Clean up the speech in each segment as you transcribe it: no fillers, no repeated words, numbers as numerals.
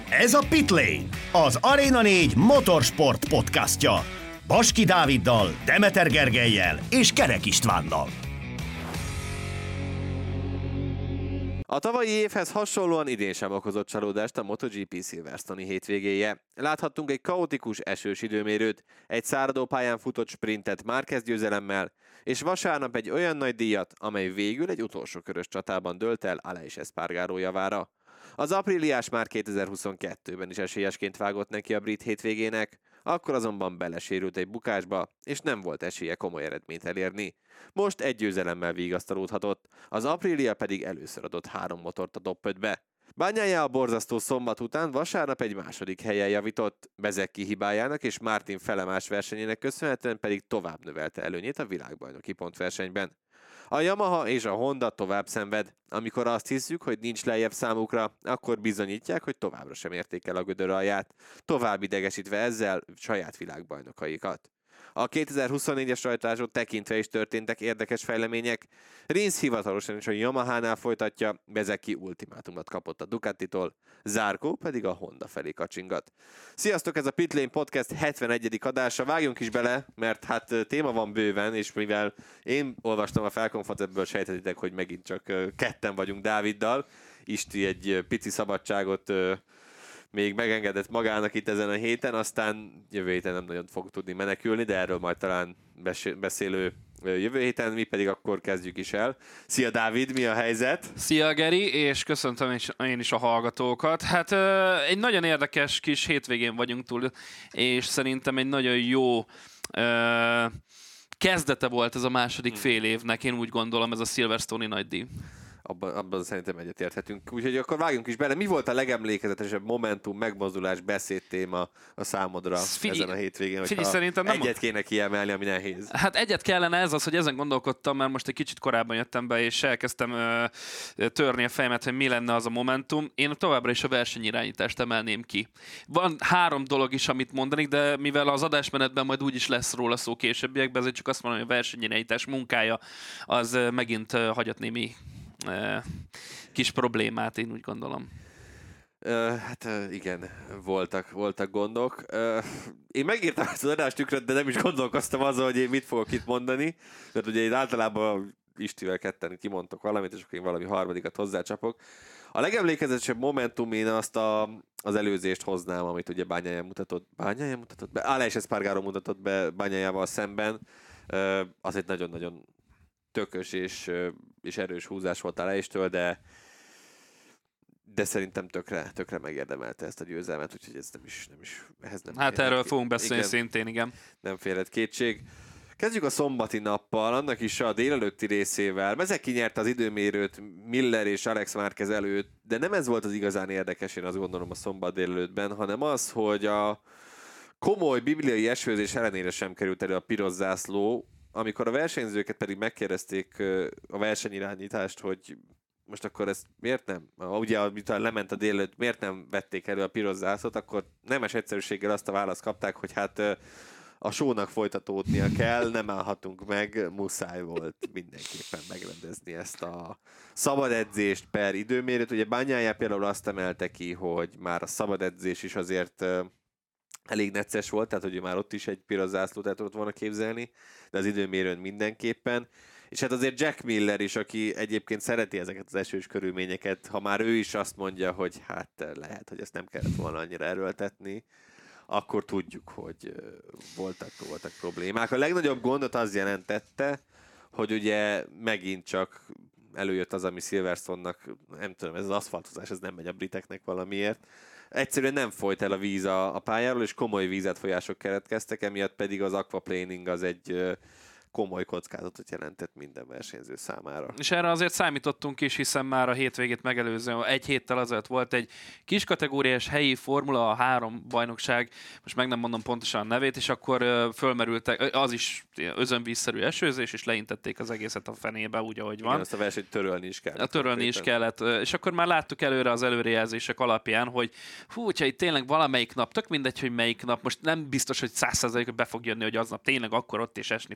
Ez a Pitlane, az Arena 4 motorsport podcastja. Baski Dáviddal, Demeter Gergellyel és Kerek Istvánnal. A tavalyi évhez hasonlóan idén sem okozott csalódást a MotoGP Silverstone-i hétvégéje. Láthattunk egy kaotikus esős időmérőt, egy száradó pályán futott sprintet Márquez győzelemmel, és vasárnap egy olyan nagy díjat, amely végül egy utolsó körös csatában dőlt el Aleix Espargaró javára. Az Apriliás már 2022-ben is esélyesként vágott neki a brit hétvégének, akkor azonban belesérült egy bukásba, és nem volt esélye komoly eredményt elérni. Most egy győzelemmel vigasztalódhatott, az Aprilia pedig először adott 3 motort a top 5-be. Bagnaia a borzasztó szombat után vasárnap egy második helyen javított, Bezzecchi hibájának és Martin felemás versenyének köszönhetően pedig tovább növelte előnyét a világbajnoki pontversenyben. A Yamaha és a Honda tovább szenved. Amikor azt hiszük, hogy nincs lejjebb számukra, akkor bizonyítják, hogy továbbra sem érték el a gödör alját, tovább idegesítve ezzel saját világbajnokaikat. A 2024-es rajtásot tekintve is történtek érdekes fejlemények. Rins hivatalosan is a Yamahánál folytatja, Bezzecchi ultimátumot kapott a Ducatitól, Zarco pedig a Honda felé kacsingat. Sziasztok, ez a Pitlane Podcast 71. adása, vágjunk is bele, mert hát téma van bőven, és mivel én olvastam a Felkonfot, ebből sejthetitek, hogy megint csak ketten vagyunk Dáviddal. Isti egy pici szabadságot még megengedett magának itt ezen a héten, aztán jövő héten nem nagyon fog tudni menekülni, de erről majd talán beszélő jövő héten, mi pedig akkor kezdjük is el. Szia Dávid, mi a helyzet? Szia Geri, és köszöntöm én is a hallgatókat. Hát egy nagyon érdekes kis hétvégén vagyunk túl, és szerintem egy nagyon jó kezdete volt ez a második fél évnek, én úgy gondolom, ez a Silverstone-i nagydíj. Abban szerintem egyetérthetünk. Úgyhogy akkor vágjunk is bele. Mi volt a legemlékezetesebb momentum, megmozdulás, beszédtéma a számodra ezen a hétvégén, hogyha egyet kéne kiemelni, ami nehéz? Hát egyet kellene, ez az, hogy ezen gondolkodtam, mert most egy kicsit korábban jöttem be, és elkezdtem törni a fejemet, hogy mi lenne az a momentum. Én továbbra is a versenyirányítást emelném ki. Van 3 dolog is, amit mondanék, de mivel az adásmenetben majd úgyis lesz róla szó későbbiekben, ezért csak azt mondom, hogy a versenyirányítás munkája az megint hagyat némi kis problémát, én úgy gondolom. Hát igen, voltak gondok. Én megírtam ezt az adástükröt, de nem is gondolkoztam azon, hogy én mit fogok itt mondani, mert ugye én általában Istivel ketten kimondtok valamit, és akkor én valami harmadikat hozzácsapok. A legemlékezetesebb momentum, én azt az előzést hoznám, amit ugye Bagnaia mutatott be, Aleix Espargaró mutatott be Bagnaiával szemben. Az egy nagyon-nagyon tökös és erős húzás volt Aleixtől, de szerintem tökre megérdemelte ezt a győzelmet, úgyhogy ez nem is ehhez nem. Hát erről fogunk beszélni szintén, igen. Nem férhet kétség. Kezdjük a szombati nappal, annak is a délelőtti részével. Bezzecchi nyerte az időmérőt Miller és Alex Márquez előtt, de nem ez volt az igazán érdekes, én azt gondolom a szombat délelőttben, hanem az, hogy a komoly bibliai esőzés ellenére sem került elő a piros zászló, amikor a versenyzőket pedig megkérdezték a versenyirányítást, hogy most akkor ezt miért nem? Ugye, amikor lement a délelőtt, miért nem vették elő a piros zászlót, akkor nemes egyszerűséggel azt a választ kapták, hogy hát a show-nak folytatódnia kell, nem állhatunk meg, muszáj volt mindenképpen megrendezni ezt a szabad edzést per időmérőt. Ugye Bagnaia például azt emelte ki, hogy már a szabad edzés is azért elég necces volt, tehát hogy már ott is egy piros zászlót el tudott volna képzelni, de az időmérőn mindenképpen. És hát azért Jack Miller is, aki egyébként szereti ezeket az esős körülményeket, ha már ő is azt mondja, hogy hát lehet, hogy ezt nem kellett volna annyira erőltetni, akkor tudjuk, hogy voltak problémák. A legnagyobb gondot az jelentette, hogy ugye megint csak előjött az, ami Silverstone-nak, nem tudom, ez az aszfaltozás, ez nem megy a briteknek valamiért. Egyszerűen nem folyt el a víz a pályáról, és komoly vízátfolyások keletkeztek, emiatt pedig az aquaplaning az egy komoly kockázatot jelentett minden versenyző számára. És erre azért számítottunk is, hiszen már a hétvégét megelőzően egy héttel azért volt egy kis kategóriás helyi formula, a 3 bajnokság, most meg nem mondom pontosan a nevét, és akkor fölmerültek, az is özönvízszerű esőzés, és leintették az egészet a fenébe, úgy, ahogy van. Igen, azt a versenyt törölni is kellett. Törölni is kellett, és akkor már láttuk előre az előrejelzések alapján, hogy hogyha itt tényleg valamelyik nap, tök mindegy, hogy melyik nap, most nem biztos, hogy 100%-ban be fog jönni, hogy aznap tényleg akkor ott is esni fog,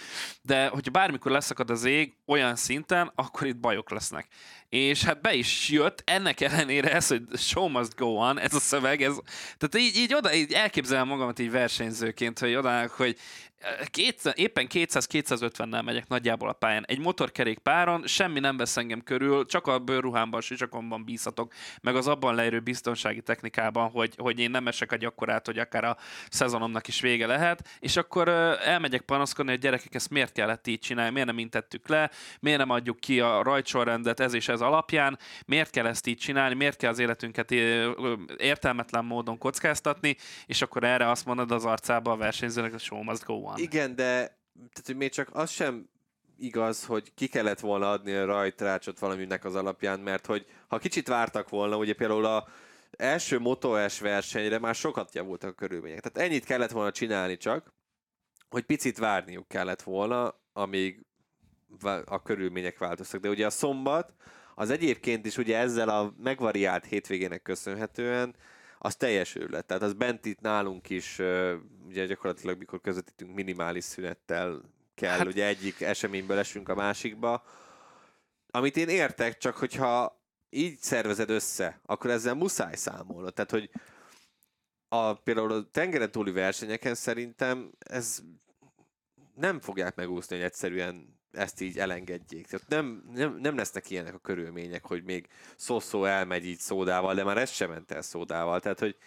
de hogyha bármikor leszakad az ég olyan szinten, akkor itt bajok lesznek. És hát be is jött, ennek ellenére ez, hogy show must go on, ez a szöveg, tehát így elképzelem magamat így versenyzőként, hogy odaállok, hogy éppen 200-250-nel megyek nagyjából a pályán. Egy motorkerékpáron semmi nem vesz engem körül, csak a bőrruhámban, sisakomban bízhatok, meg az abban leérő biztonsági technikában, hogy én nem esek egy akkorát, hogy akár a szezonomnak is vége lehet, és akkor elmegyek panaszkodni, hogy gyerekek, ezt miért kellett így csinálni, miért nem intettük le, miért nem adjuk ki a rajtsorrendet ez és ez alapján, miért kell ezt így csinálni, miért kell az életünket értelmetlen módon kockáztatni, és akkor erre azt mondod az arcába a versenyzőnek, a show must go on. Igen, de tehát, hogy még csak az sem igaz, hogy ki kellett volna adni a rajtrácsot valaminek az alapján, mert hogy ha kicsit vártak volna, ugye például az első Moto2 versenyre már sokat javultak a körülmények. Tehát ennyit kellett volna csinálni csak, hogy picit várniuk kellett volna, amíg a körülmények változtak. De ugye a szombat, az egyébként is ugye ezzel a megvariált hétvégének köszönhetően az teljesül lett. Tehát az bent itt nálunk is, ugye gyakorlatilag mikor közvetítünk minimális szünettel kell, ugye egyik eseményből esünk a másikba. Amit én értek, csak hogyha így szervezed össze, akkor ezzel muszáj számolnod. Tehát, hogy például a tengeren túli versenyeken szerintem ez nem fogják megúszni, hogy egyszerűen ezt így elengedjék. Tehát nem lesznek ilyenek a körülmények, hogy még szó elmegy így szódával, de már ez sem ment el szódával. Tehát, hogy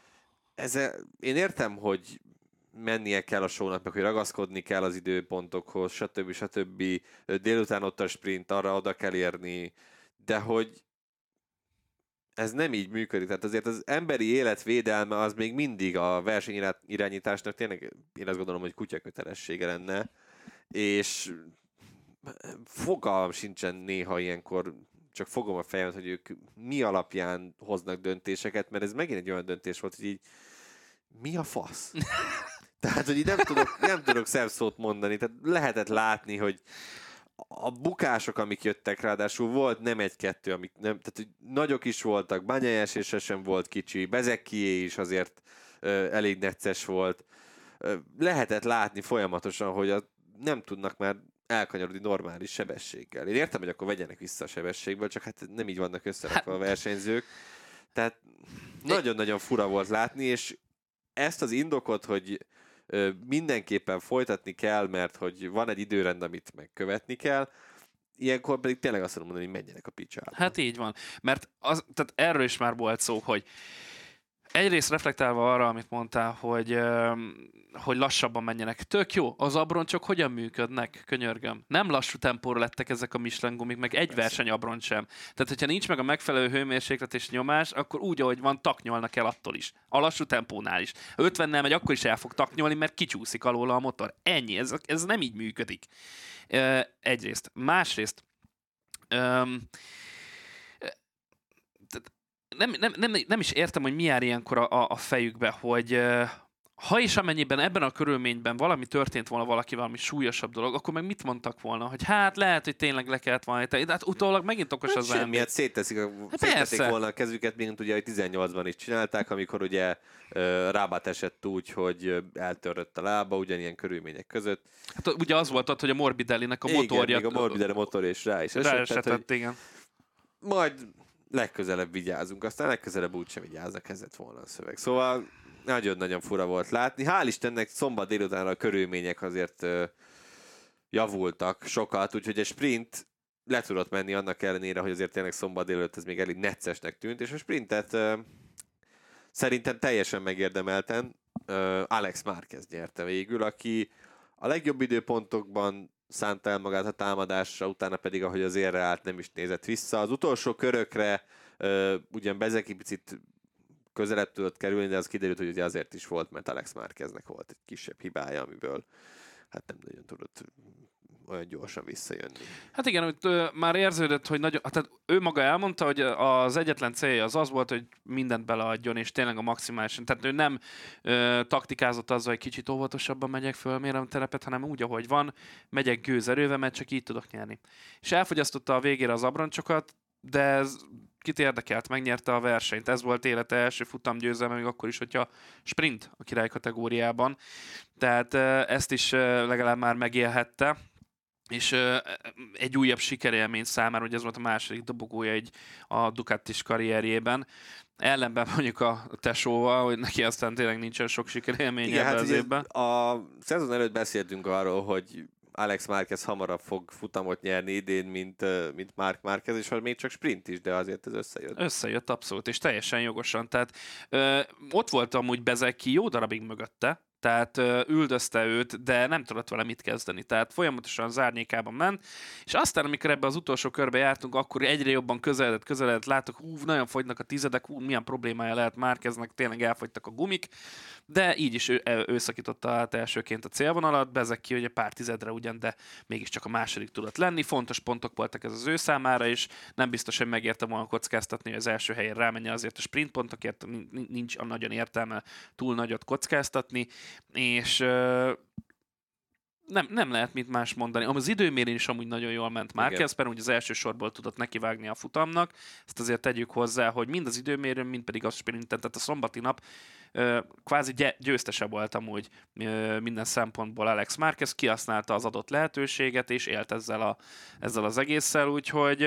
én értem, hogy mennie kell a show-nak, meg hogy ragaszkodni kell az időpontokhoz, stb. Délután ott a sprint, arra oda kell érni, de hogy ez nem így működik. Tehát azért az emberi élet védelme az még mindig a versenyirányításnak tényleg én azt gondolom, hogy kutyakötelessége lenne, és fogalmam sincsen néha ilyenkor, csak fogom a fejemet, hogy ők mi alapján hoznak döntéseket, mert ez megint egy olyan döntés volt, hogy így mi a fasz? Tehát, hogy így nem tudok szebb szót mondani. Tehát lehetett látni, hogy a bukások, amik jöttek, ráadásul volt nem egy-kettő, amik nem, tehát hogy nagyok is voltak, Bagnaia sem volt kicsi, Bezzecchié is azért elég necces volt. Lehetett látni folyamatosan, hogy nem tudnak már elkanyarodni normális sebességgel. Én értem, hogy akkor vegyenek vissza a sebességből, csak hát nem így vannak összerakva a versenyzők. Tehát nagyon-nagyon fura volt látni, és ezt az indokot, hogy mindenképpen folytatni kell, mert hogy van egy időrend, amit megkövetni kell, ilyenkor pedig tényleg azt mondani, hogy menjenek a picsába. Hát így van. Mert tehát erről is már volt szó, hogy egyrészt reflektálva arra, amit mondtál, hogy lassabban menjenek. Tök jó, az abroncsok hogyan működnek, könyörgöm. Nem lassú tempóra lettek ezek a Michelin gumik, meg egy versenyabroncs sem. Tehát, hogyha nincs meg a megfelelő hőmérséklet és nyomás, akkor úgy, ahogy van, taknyolnak el attól is. A lassú tempónál is. 50-nel megy, akkor is el fog taknyolni, mert kicsúszik alóla a motor. Ennyi, ez nem így működik. Egyrészt. Másrészt, nem is értem, hogy mi jár ilyenkor a fejükbe, hogy ha és amennyiben ebben a körülményben valami történt volna valakivel, valami súlyosabb dolog, akkor meg mit mondtak volna? Hogy hát lehet, hogy tényleg le kellett volna, de hát utólag megint okos az ember. Semmi, szétteszik volna a kezüket, mint ugye, hogy 18-ban is csinálták, amikor ugye Rabat esett úgy, hogy eltörött a lába, ugyanilyen körülmények között. Hát ugye az volt ott, hogy a Morbidellinek a motorja... Igen, még a Morbidelli motor és rá is esett. Igen. Majd legközelebb vigyázunk, aztán legközelebb úgysem vigyáznak, ez lett volna a szöveg. Szóval nagyon-nagyon fura volt látni. Hál' Istennek szombat délutánra a körülmények azért javultak sokat, úgyhogy a sprint le tudott menni annak ellenére, hogy azért tényleg szombat délután ez még elég neccesnek tűnt, és a sprintet szerintem teljesen megérdemelten Alex Márquez nyerte végül, aki a legjobb időpontokban szánta el magát a támadásra, utána pedig, ahogy az érre állt, nem is nézett vissza. Az utolsó körökre ugyan Bezzecchi picit közelebb tudott kerülni, de az kiderült, hogy ugye azért is volt, mert Alex Márqueznek volt egy kisebb hibája, amiből hát nem nagyon tudott olyan gyorsan visszajönni. Hát igen, hogy már érződött, hogy nagyon, tehát ő maga elmondta, hogy az egyetlen célja az volt, hogy mindent beleadjon, és tényleg a maximálisan. Tehát ő nem taktikázott azzal, hogy kicsit óvatosabban megyek, fölmérem terepet, hanem úgy, ahogy van, megyek gőzerővel, mert csak így tudok nyerni. És elfogyasztotta a végére az abroncsokat, de kit érdekelt, megnyerte a versenyt. Ez volt élete első futamgyőzelme, még akkor is, hogyha sprint a király kategóriában. Tehát ezt is legalább már megélhette. És egy újabb sikerélmény számára, hogy ez volt a második dobogója a Ducatis karrierjében. Ellenben mondjuk a tesóval, hogy neki aztán tényleg nincsen sok sikerélménye ebben az évben. A szezon előtt beszéltünk arról, hogy Alex Márquez hamarabb fog futamot nyerni idén, mint Marc Márquez, és még csak sprint is, de azért ez összejött. Összejött abszolút, és teljesen jogosan. Tehát ott volt amúgy Bezzecchi jó darabig mögötte, tehát üldözte őt, de nem tudott vele mit kezdeni. Tehát folyamatosan az árnyékában ment, és aztán, amikor ebbe az utolsó körbe jártunk, akkor egyre jobban közeledett, látok, nagyon fogynak a tizedek, milyen problémája lehet Márqueznek, tényleg elfogytak a gumik, de így is ő szakította át elsőként a célvonalat, Bezzecchi ugye pár tizedre ugyan, de mégiscsak a második tudott lenni. Fontos pontok voltak ez az ő számára, és nem biztos, hogy megérte volna kockáztatni, hogy az első helyen rámenjen, azért a sprint pontokért nincs a nagyon értelme túl nagyot kockáztatni, és nem lehet mit más mondani. Az időmérén is amúgy nagyon jól ment Márquez, mert ugye az első sorból tudott nekivágni a futamnak. Ezt azért tegyük hozzá, hogy mind az időmérőn, mind pedig a sprinten, tehát a szombati nap kvázi győztese volt amúgy minden szempontból Alex Márquez, kihasználta az adott lehetőséget, és élt ezzel az egésszel, úgyhogy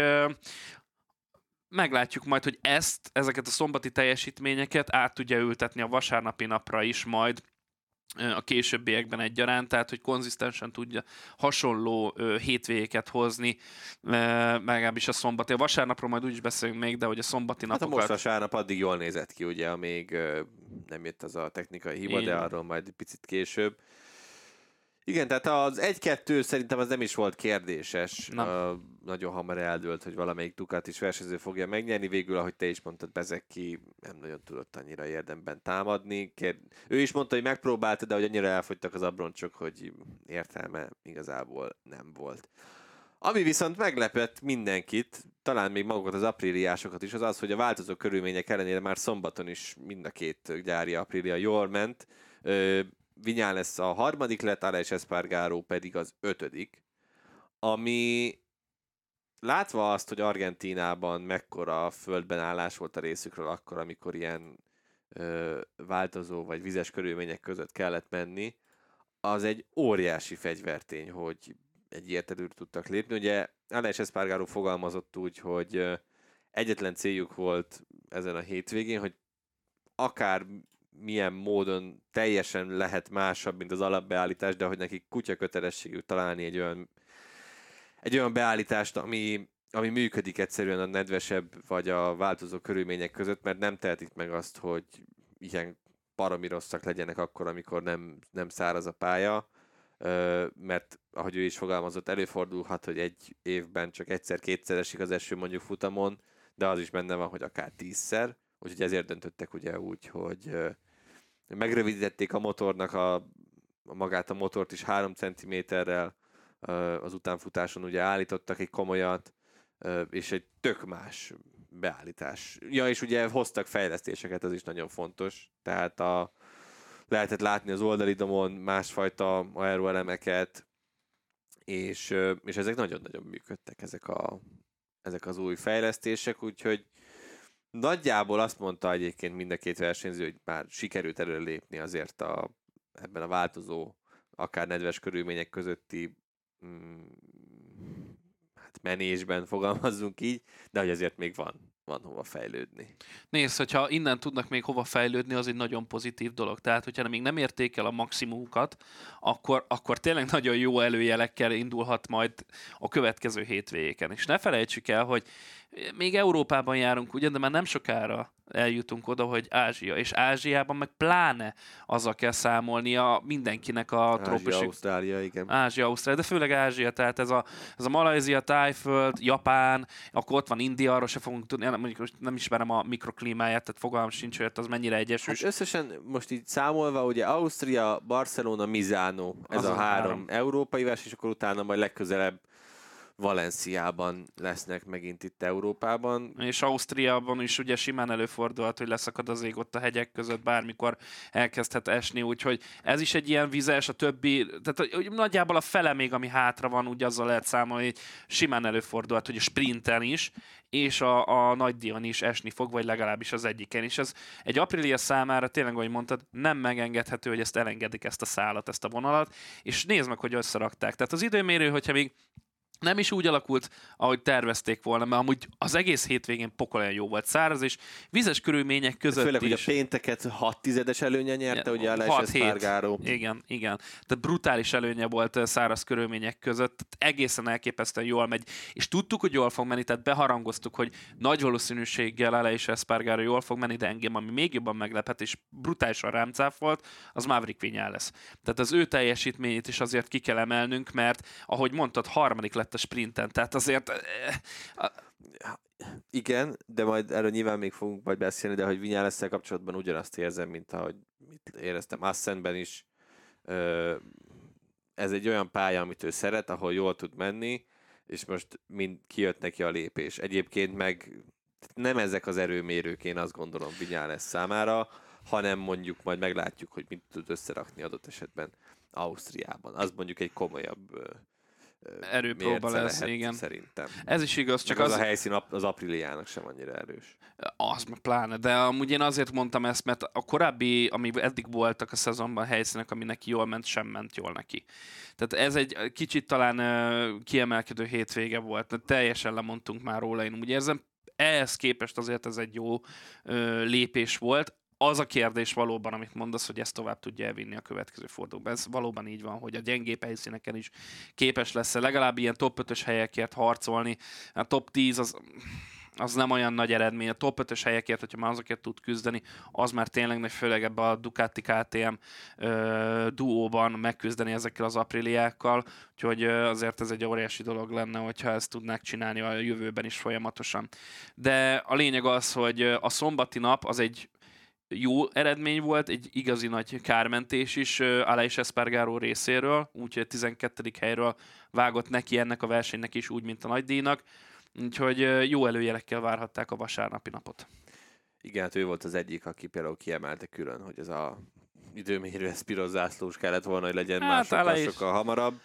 meglátjuk majd, hogy ezeket a szombati teljesítményeket át tudja ültetni a vasárnapi napra is majd, a későbbiekben egyaránt, tehát hogy konzisztensen tudja hasonló hétvégéket hozni, legalábbis a szombati. A vasárnapról majd úgyis beszélünk még, de hogy a szombati napokat... Hát a most vasárnap addig jól nézett ki, ugye, amíg nem jött az a technikai hiba, de arról majd picit később. Igen, tehát az 1-2 szerintem az nem is volt kérdéses. Nagyon hamar eldőlt, hogy valamelyik Ducatis versenyző fogja megnyerni. Végül, ahogy te is mondtad, Bezzecchi nem nagyon tudott annyira érdemben támadni. Ő is mondta, hogy megpróbálta, de hogy annyira elfogytak az abroncsok, hogy értelme igazából nem volt. Ami viszont meglepett mindenkit, talán még magukat az apríliásokat is, az, hogy a változó körülmények ellenére már szombaton is mind a két gyári Aprilia jól ment. Viñales a harmadik lett, Aleix Espargaró pedig az 5. Ami látva azt, hogy Argentínában mekkora földben állás volt a részükről akkor, amikor ilyen változó vagy vizes körülmények között kellett menni, az egy óriási fegyvertény, hogy egy ilyet előre tudtak lépni. Ugye Aleix Espargaró fogalmazott úgy, hogy egyetlen céljuk volt ezen a hétvégén, hogy akár milyen módon teljesen lehet másabb, mint az alapbeállítás, de hogy nekik kutya kötelességük találni egy olyan beállítást, ami működik egyszerűen a nedvesebb vagy a változó körülmények között, mert nem tehetik meg azt, hogy ilyen baromi rosszak legyenek akkor, amikor nem száraz a pálya, mert ahogy ő is fogalmazott, előfordulhat, hogy egy évben csak egyszer-kétszer esik az eső mondjuk futamon, de az is benne van, hogy akár 10-szer, úgyhogy ezért döntöttek ugye úgy, hogy megrövidítették a motornak magát a motort is 3 cm-rel, az utánfutáson ugye állítottak egy komolyat, és egy tök más beállítás. Ja, és ugye hoztak fejlesztéseket, az is nagyon fontos, tehát lehetett látni az oldalidomon másfajta aeroelemeket, és ezek nagyon-nagyon működtek, ezek az új fejlesztések, úgyhogy nagyjából azt mondta egyébként mind a két versenyző, hogy már sikerült előre lépni azért ebben a változó, akár nedves körülmények közötti menésben fogalmazzunk így, de hogy azért még van hova fejlődni. Nézd, hogyha innen tudnak még hova fejlődni, az egy nagyon pozitív dolog. Tehát, hogyha még nem érték el a maximumukat, akkor tényleg nagyon jó előjelekkel indulhat majd a következő hétvégéken. És ne felejtsük el, hogy még Európában járunk, ugye, de már nem sokára eljutunk oda, hogy Ázsia, és Ázsiában meg pláne azzal kell számolnia mindenkinek a trópusi... Ázsia-Ausztrália, igen. Ázsia-Ausztrália, de főleg Ázsia, tehát ez a Malajzia, Tájföld, Japán, akkor ott van India, arról se fogunk tudni, mondjuk nem ismerem a mikroklímáját, tehát fogalmam sincs, hogy az mennyire egyesül. Hát összesen most így számolva, ugye Ausztria, Barcelona, Misano, ez a három európai verseny, és akkor utána majd legközelebb Valenciában lesznek megint itt Európában. És Ausztriában is ugye simán előfordulhat, hogy leszakad az ég ott a hegyek között, bármikor elkezdhet esni, úgyhogy ez is egy ilyen vizes, a többi, tehát nagyjából a fele még, ami hátra van, úgy azzal lehet számolni, hogy simán előfordulhat, hogy a sprinten is, és a nagydíjon is esni fog, vagy legalábbis az egyiken. És ez egy Aprilia számára tényleg, ahogy mondtad, nem megengedhető, hogy ezt elengedik, ezt a szálat, ezt a vonalat, és nézd meg, hogy összerakták. Tehát az időmérő, hogyha még nem is úgy alakult, ahogy tervezték volna, mert amúgy az egész hétvégén pokolyan jó volt, száraz, és vizes körülmények között főleg, is. Főleg, hogy a pénteket 6/10 előnye nyerte, ugye Aleix Espargaró. Igen. Tehát brutális előnye volt száraz körülmények között, tehát egészen elképesztően jól megy, és tudtuk, hogy jól fog menni, tehát beharangoztuk, hogy nagy valószínűséggel Aleix Espargaró jól fog menni, de engem, ami még jobban meglepett, és brutálisan rám cáfolt, az Maverick Viñales. Tehát az ő teljesítményét is azért ki kell emelnünk, mert ahogy mondtad, harmadik lett a sprinten, tehát azért... Igen, de majd erről nyilván még fogunk majd beszélni, de hogy Viñalessel kapcsolatban ugyanazt érzem, mint ahogy éreztem Assenben is. Ez egy olyan pálya, amit ő szeret, ahol jól tud menni, és most mind kijött neki a lépés. Egyébként meg nem ezek az erőmérők, én azt gondolom Viñales számára, hanem mondjuk majd meglátjuk, hogy mit tud összerakni adott esetben Ausztriában. Az mondjuk egy komolyabb erőpróba lesz, igen. Szerintem. Ez is igaz, csak az a helyszín az Apriliának sem annyira erős. Az meg pláne, de amúgy én azért mondtam ezt, mert a korábbi, ami eddig voltak a szezonban helyszínek, ami neki jól ment, sem ment jól neki. Tehát ez egy kicsit talán kiemelkedő hétvége volt, teljesen lemondtunk már róla, én úgy érzem. Ehhez képest azért ez egy jó lépés volt. Az a kérdés valóban, amit mondasz, hogy ezt tovább tudja elvinni a következő fordulóban. Ez valóban így van, hogy a gyengébb helyszíneken is képes lesz legalább ilyen top 5-ös helyekért harcolni. A top 10 az nem olyan nagy eredmény. A top 5-ös helyekért, hogyha már azokért tud küzdeni, az már tényleg nagy, főleg ebbe a Ducati KTM duóban megküzdeni ezekkel az Apriliákkal, úgyhogy azért ez egy óriási dolog lenne, hogyha ezt tudnák csinálni a jövőben is folyamatosan. De a lényeg az, hogy a szombati nap az egy jó eredmény volt, egy igazi nagy kármentés is Aleix Espargaró részéről, úgyhogy a 12. helyről vágott neki ennek a versenynek is, úgy, mint a nagydíjnak, úgyhogy jó előjelekkel várhatták a vasárnapi napot. Igen, hát ő volt az egyik, aki például kiemelte külön, hogy ez a időmérő, ez piros zászlós kellett volna, hogy legyen hát sokkal hamarabb.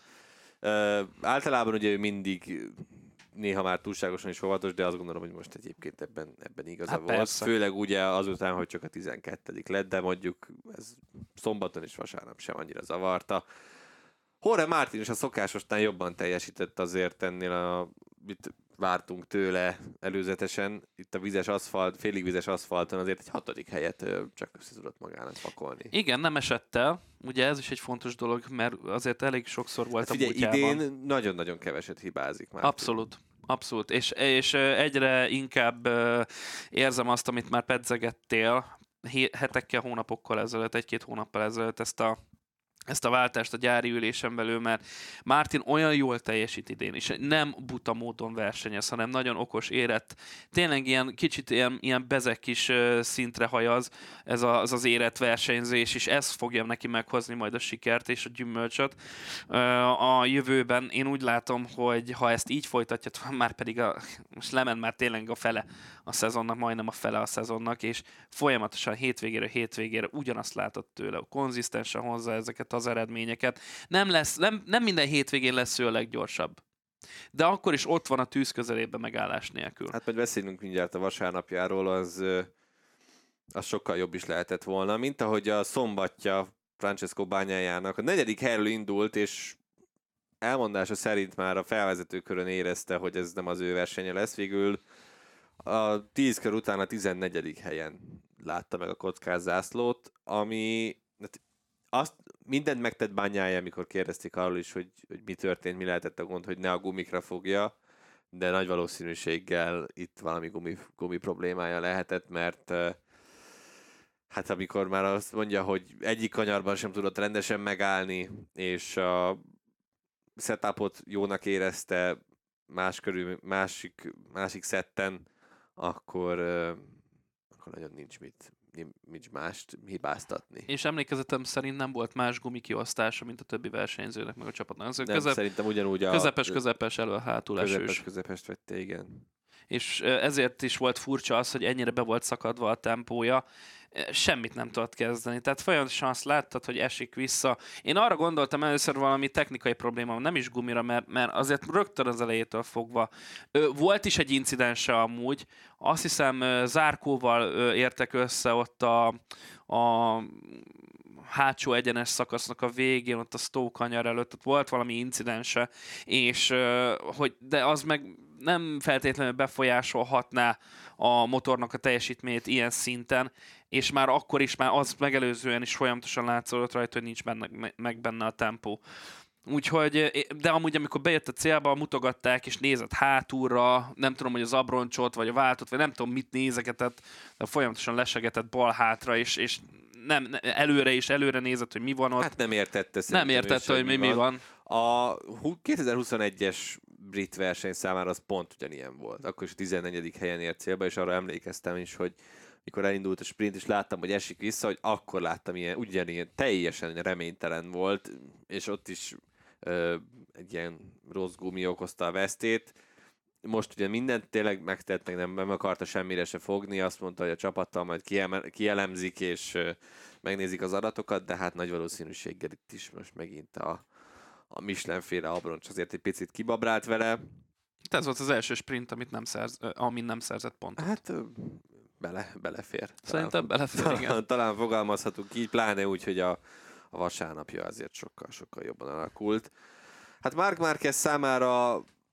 Általában ugye ő mindig néha már túlságosan is óvatos, de azt gondolom, hogy most egyébként ebben igaza volt. Persze. Főleg ugye azután, hogy csak a 12. lett, de mondjuk ez szombaton és vasárnap sem annyira zavarta. Jorge Martin is a szokásosnál jobban teljesített azért ennél, mit vártunk tőle előzetesen. Itt a vizes aszfalt, félig vizes aszfalton azért egy 6. helyet csak össze tudott magának pakolni. Igen, nem esett el. Ugye ez is egy fontos dolog, mert azért elég sokszor volt hát a múltjában. Idén nagyon-nagyon keveset hibázik már. Abszolút. És egyre inkább érzem azt, amit már pedzegettél hetekkel, hónapokkal ezelőtt, 1-2 hónappal ezelőtt ezt a váltást a gyári ülésen belül, mert Martin olyan jól teljesít idén, és nem buta módon versenyez, hanem nagyon okos, érett. Tényleg ilyen kicsit ilyen bezek is szintre hajaz ez az érett versenyzés, és ez fogja neki meghozni majd a sikert és a gyümölcsöt. A jövőben én úgy látom, hogy ha ezt így folytatja, már pedig most lement már tényleg a fele a szezonnak, majdnem a fele a szezonnak, és folyamatosan hétvégére ugyanazt látott tőle, konzisztensen hozza ezeket az eredményeket. Nem minden hétvégén lesz ő a leggyorsabb. De akkor is ott van a tűz közelében megállás nélkül. Hát majd beszélünk mindjárt a vasárnapjáról, az sokkal jobb is lehetett volna, mint ahogy a szombatja Francesco Bagnajának a 4. helyről indult, és elmondása szerint már a felvezetőkörön érezte, hogy ez nem az ő versenye lesz. Végül a 10 kör után a 14. helyen látta meg a kockázzászlót, ami azt mindent megtett Bagnaia, amikor kérdezték arról is, hogy mi történt, mi lehetett a gond, hogy ne a gumikra fogja, de nagy valószínűséggel itt valami gumi problémája lehetett, mert hát amikor már azt mondja, hogy egyik kanyarban sem tudott rendesen megállni, és a setupot jónak érezte másik szetten, akkor nagyon nincs mást hibáztatni. És emlékezetem szerint nem volt más gumikiosztása, mint a többi versenyzőnek, meg a csapatnak. Szerintem ugyanúgy a... Közepes elől-hátul esős. Közepest vette, igen. És ezért is volt furcsa az, hogy ennyire be volt szakadva a tempója, semmit nem tudott kezdeni. Tehát folyamatosan azt láttad, hogy esik vissza. Én arra gondoltam először valami technikai probléma, nem is gumira, mert azért rögtön az elejétől fogva. Volt is egy incidense amúgy, azt hiszem zárkóval értek össze ott a hátsó egyenes szakasznak a végén, ott a Stowe kanyar előtt, ott volt valami incidense, és de az meg nem feltétlenül befolyásolhatná a motornak a teljesítményét ilyen szinten, és már akkor is, már az megelőzően is folyamatosan látszott rajta, hogy nincs meg benne a tempó. Úgyhogy, de amúgy amikor bejött a célba, mutogatták, és nézett hátulra, nem tudom, hogy az abroncsot, vagy a váltót, vagy nem tudom, mit nézegetett, de folyamatosan lesegetett bal hátra, és nem előre nézett, hogy mi van ott. Hát nem értette Nem értette, hogy mi van. A 2021-es brit verseny számára az pont ugyanilyen volt. Akkor is a 14. helyen ért célba, és arra emlékeztem is, hogy mikor elindult a sprint, és láttam, hogy esik vissza, hogy akkor láttam ugyanilyen teljesen reménytelen volt, és ott is egy ilyen rossz gumi okozta a vesztét. Most ugye mindent tényleg megtett, meg nem akarta semmire se fogni, azt mondta, hogy a csapattal majd kielemzik, és megnézik az adatokat, de hát nagy valószínűséggel itt is most megint a Michelin-féle abroncs azért egy picit kibabrált vele. Ez volt az első sprint, amin nem szerzett pontot. Hát belefér. Szerintem belefér, igen. Talán fogalmazhatunk így, pláne úgy, hogy a vasárnapja azért sokkal jobban alakult. Hát Marc Márquez számára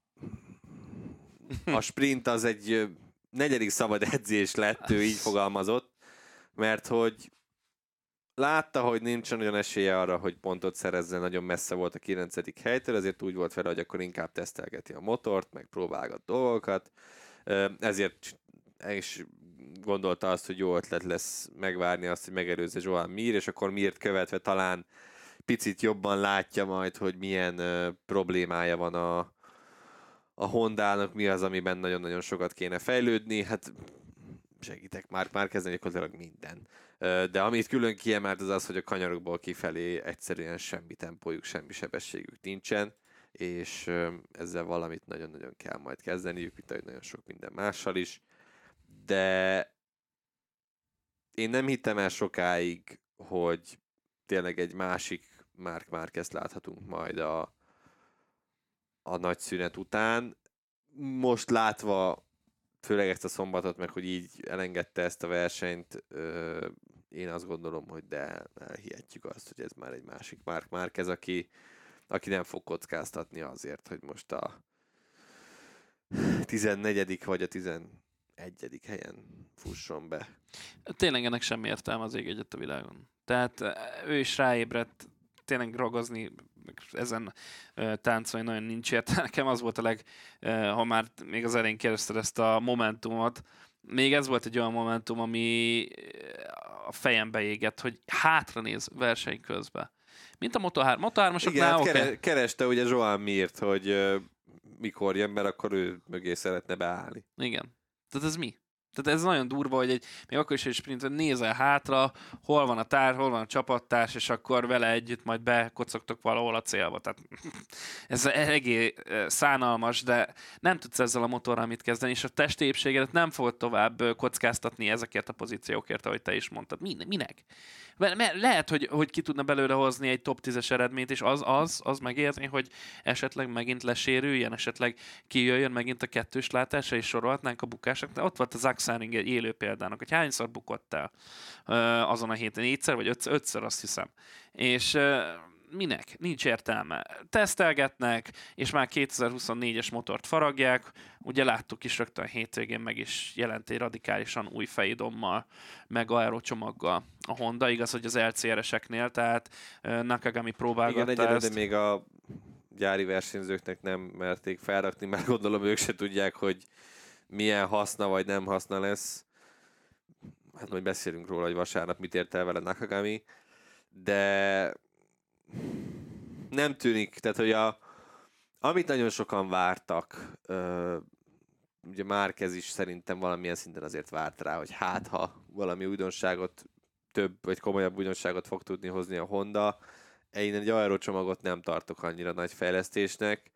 a sprint az egy negyedik szabad edzés lett, ő így fogalmazott, mert hogy látta, hogy nincsen olyan esélye arra, hogy pontot szerezzen, nagyon messze volt a 9. helytől, ezért úgy volt vele, hogy akkor inkább tesztelgeti a motort, meg próbálgat dolgokat, ezért is gondolta azt, hogy jó ötlet lesz megvárni azt, hogy megelőzze Joan Mir, és akkor Mirt követve talán picit jobban látja majd, hogy milyen problémája van a Hondának, mi az, amiben nagyon-nagyon sokat kéne fejlődni. Hát segítek már kezdeni gyakorlatilag minden. De amit külön kiemelt az az, hogy a kanyarokból kifelé egyszerűen semmi tempójuk, semmi sebességük nincsen, és ezzel valamit nagyon-nagyon kell majd kezdeniük, mint ahogy nagyon sok minden mással is. De én nem hittem el sokáig, hogy tényleg egy másik Marc Márquezt láthatunk majd a nagy szünet után. Most látva főleg ezt a szombatot, meg hogy így elengedte ezt a versenyt, én azt gondolom, hogy de elhihetjük azt, hogy ez már egy másik Marc Márquez, aki nem fog kockáztatni azért, hogy most a 14. vagy a 11. helyen fusson be. Tényleg ennek semmi értelme az ég egyet a világon. Tehát ő is ráébredt, tényleg ragozni, ezen táncolni nagyon nincs értelme. Nekem az volt ha már még az elején kérdezted ezt a momentumot, még ez volt egy olyan momentum, ami a fejembe égett, hogy hátra néz verseny közben. Mint a Moto3-asoknál, igen, hát kereste ugye Joan Mirt, hogy mikor jön, mert akkor ő mögé szeretne beállni. Igen. Tehát ez mi? Tehát ez nagyon durva, hogy még akkor is egy sprinten nézel hátra, hol van a csapattárs, és akkor vele együtt majd bekocogtok valahol a célba. Tehát ez eléggé szánalmas, de nem tudsz ezzel a motorral mit kezdeni, és a testépségedet nem fogod tovább kockáztatni ezekért a pozíciókért, ahogy te is mondtad. Minek? Mert lehet, hogy ki tudna belőle hozni egy top 10-es eredményt, és az megérni, hogy esetleg megint lesérüljen, esetleg kijöjjön megint a kettős látásra, és sorolhatnánk a bukások. De ott volt a Zak Saring egy élő példának, hogy hányszor bukott el azon a héten, 4-szer vagy 5-ször, azt hiszem. És minek? Nincs értelme. Tesztelgetnek, és már 2024-es motort faragják. Ugye láttuk is rögtön a hétvégén, meg is jelent egy radikálisan új fejdommal, meg aerocsomaggal a Honda. Igaz, hogy az LCR-eseknél, tehát Nakagami próbálgatta igen, ezt. De még a gyári versenyzőknek nem merték felrakni, mert gondolom ők se tudják, hogy milyen haszna vagy nem haszna lesz. Hát majd beszélünk róla, hogy vasárnap mit ért el vele Nakagami, de nem tűnik, tehát hogy amit nagyon sokan vártak ugye Márquez is szerintem valamilyen szinten azért várt rá, hogy hát ha valami újdonságot, több vagy komolyabb újdonságot fog tudni hozni a Honda. Én egy aerocsomagot nem tartok annyira nagy fejlesztésnek,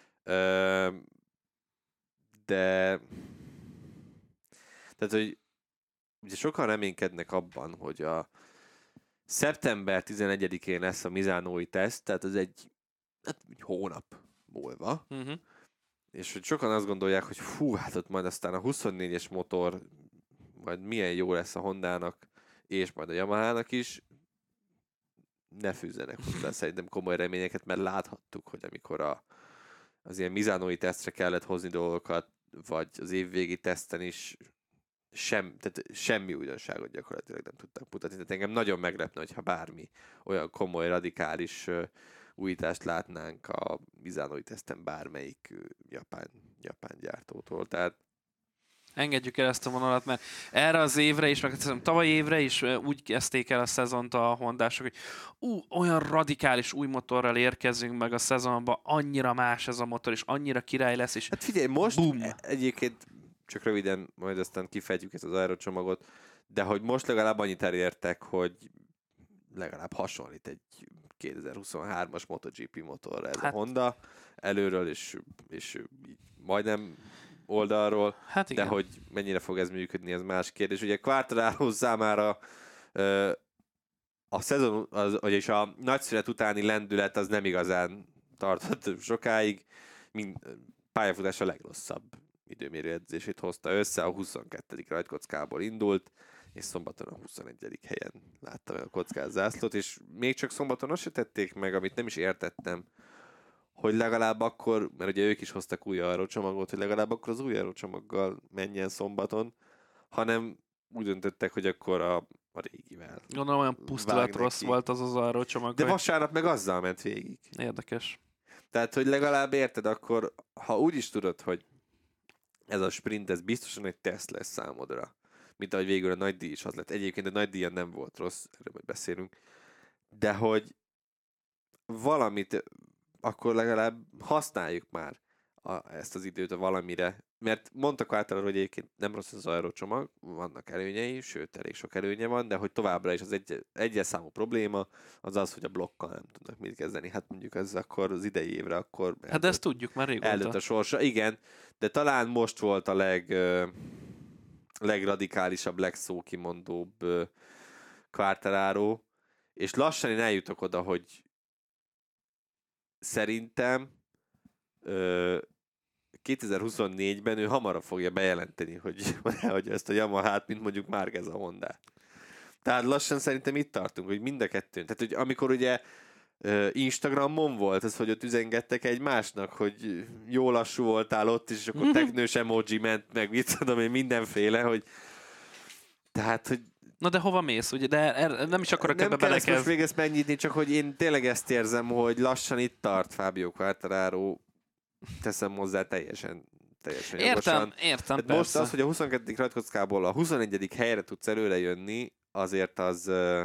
de tehát, hogy ugye sokan reménykednek abban, hogy a szeptember 11-én lesz a Misánói teszt, tehát ez egy hónap múlva, és hogy sokan azt gondolják, hogy hát ott majd aztán a 24-es motor majd milyen jó lesz a Hondának, és majd a Yamahának is, ne fűzzenek hozzá szerintem komoly reményeket, mert láthattuk, hogy amikor az ilyen Misánói tesztre kellett hozni dolgokat, vagy az évvégi teszten is tehát semmi újdonságot gyakorlatilag nem tudtak mutatni. Tehát engem nagyon meglepne, hogyha bármi olyan komoly, radikális újítást látnánk a Misánói teszten bármelyik japán gyártótól. Tehát engedjük el ezt a vonalat, mert erre az évre is, meg tavalyi évre is úgy kezdték el a szezont a hondások, hogy olyan radikális új motorral érkezünk meg a szezonban, annyira más ez a motor, és annyira király lesz, és hát figyelj, most egyébként csak röviden, majd aztán kifejtjük ezt az aerocsomagot, de hogy most legalább annyit elértek, hogy legalább hasonlít egy 2023-as MotoGP motorra ez a Honda, előről és majdnem oldalról, de hogy mennyire fog ez működni, ez más kérdés. Ugye Quartararo számára a szezon, vagyis a nagyszület utáni lendület az nem igazán tartott sokáig, pályafutás a legrosszabb időmérő edzését hozta össze, a 22. rajtkockából indult, és szombaton a 21. helyen láttam el a kockás zászlót, és még csak szombaton azt se tették meg, amit nem is értettem, hogy legalább akkor, mert ugye ők is hoztak új aerocsomagot, hogy legalább akkor az új aerocsomaggal menjen szombaton, hanem úgy döntöttek, hogy akkor a régivel. Gondolom, olyan pusztulat rossz volt az aerocsomag. De vasárnap meg azzal ment végig. Érdekes. Tehát, hogy legalább érted, akkor, ha úgy is tudod, hogy ez a sprint, ez biztosan egy teszt lesz számodra, mint ahogy végül a nagy díj is az lett. Egyébként a nagy díjon nem volt rossz, erről majd beszélünk, de hogy valamit akkor legalább használjuk már ezt az időt a valamire, mert mondtak általában, hogy egyébként nem rossz az aerocsomag, vannak előnyei, sőt, elég sok előnye van, de hogy továbbra is az egyes számú probléma az az, hogy a blokkal nem tudnak mit kezdeni. Hát mondjuk ez akkor az idei évre akkor... Hát de ezt tudjuk már régóta. Eldőtt a sorsa, igen, de talán most volt a legradikálisabb, legszókimondóbb Quartararo, és lassan én eljutok oda, hogy szerintem 2024-ben ő hamarabb fogja bejelenteni, hogy ezt a Yamahát, mint mondjuk Márquez a Hondát. Tehát lassan szerintem itt tartunk, hogy mind a kettőn. Tehát, hogy amikor ugye Instagramon volt ez, hogy ott üzengettek egymásnak, hogy jó lassú voltál ott is, és akkor teknős emoji ment, meg mit tudom én, mindenféle, hogy tehát, hogy na de hova mész, ugye? De nem is akarok ebbe belekezd. Nem kell most még ezt megnyitni, csak hogy én tényleg ezt érzem, hogy lassan itt tart Fábio Quartararo, teszem hozzá teljesen jogosan. Értem, persze. Most az, hogy a 22. rajtkockából a 21. helyre tudsz előre jönni, azért az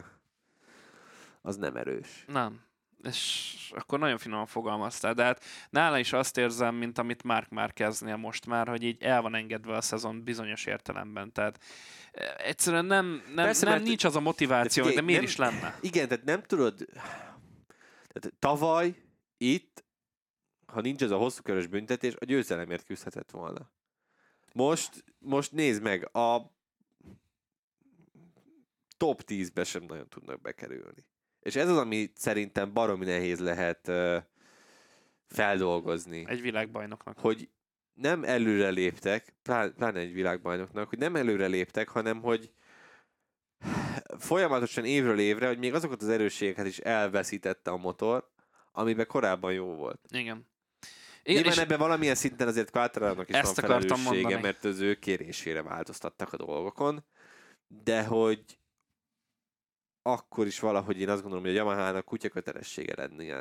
nem erős. Nem. És akkor nagyon finoman fogalmaztál, de hát nála is azt érzem, mint amit Marc Márqueznél most már, hogy így el van engedve a szezon bizonyos értelemben. Tehát egyszerűen nem nincs az a motiváció, de miért is lenne? Igen, tehát nem tudod, tehát tavaly itt, ha nincs ez a hosszú körös büntetés, a győzelemért küzdhetett volna. Most nézd meg, a top 10-be sem nagyon tudnak bekerülni. És ez az, ami szerintem baromi nehéz lehet feldolgozni. Egy világbajnoknak. Hogy nem előre léptek, pláne egy világbajnoknak, hogy nem előre léptek, hanem hogy folyamatosan évről évre, hogy még azokat az erősségeket is elveszítette a motor, amiben korábban jó volt. Igen. Nyilván ebben valamilyen szinten azért Quartararónak is van felelőssége, mert az ő kérésére változtattak a dolgokon, de hogy akkor is valahogy én azt gondolom, hogy a Yamahának kutyakötelessége lennie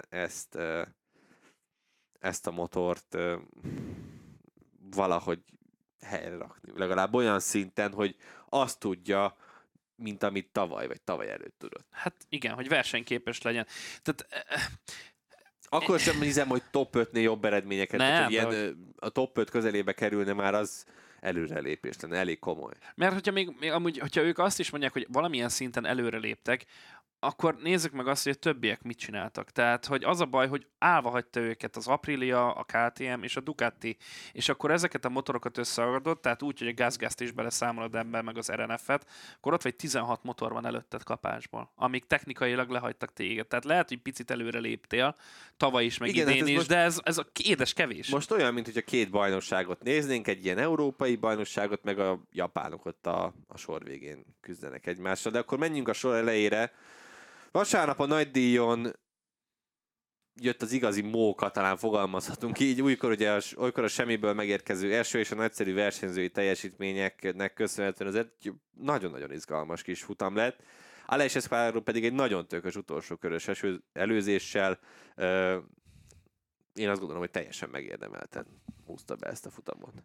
ezt a motort valahogy helyre rakni. Legalább olyan szinten, hogy azt tudja, mint amit tavaly vagy tavaly előtt tudott. Hát igen, hogy versenyképes legyen. Tehát Akkor sem hiszem, hogy top 5-nél jobb eredményeket. Nem, Tehát, hogy ilyen, a top 5 közelébe kerülne már, az előrelépés lenne, elég komoly. Mert hogyha még amúgy, hogyha ők azt is mondják, hogy valamilyen szinten előre léptek, akkor nézzük meg azt, hogy a többiek mit csináltak. Tehát, hogy az a baj, hogy állva hagyta őket az Aprilia, a KTM és a Ducati, és akkor ezeket a motorokat összeadott, tehát úgy, hogy a GasGast is beleszámolod ebben, meg az RNF-et, akkor ott vagy 16 motor van előtted kapásból, amik technikailag lehagytak téged. Tehát lehet, hogy picit előre léptél, tavaly is, meg Igen, idén hát is, most, de ez a édes kevés. Most olyan, mint hogyha két bajnokságot néznénk, egy ilyen európai bajnokságot, meg a japánok ott a sor végén küzdenek egymással. De akkor menjünk a sor elejére. Vasárnap a nagydíjon jött az igazi móka, talán fogalmazhatunk így. Olykor a semmiből megérkező első és a nagyszerű versenyzői teljesítményeknek köszönhetően ez egy nagyon-nagyon izgalmas kis futam lett. Aleix Espargaró pedig egy nagyon tökös utolsó körös előzéssel én azt gondolom, hogy teljesen megérdemelten húzta be ezt a futamot.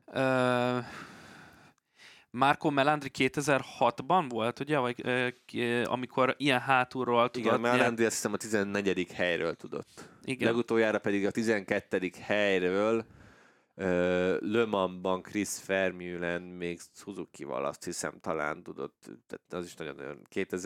Marco Melandri 2006-ban volt, ugye? Vagy, amikor ilyen hátulról tudott. Igen, Melandri azt hiszem a 14. helyről tudott. Igen. Legutoljára pedig a 12. helyről Le Mansban Chris Vermeulen még Suzuki-val azt hiszem talán tudott. Tehát az is nagyon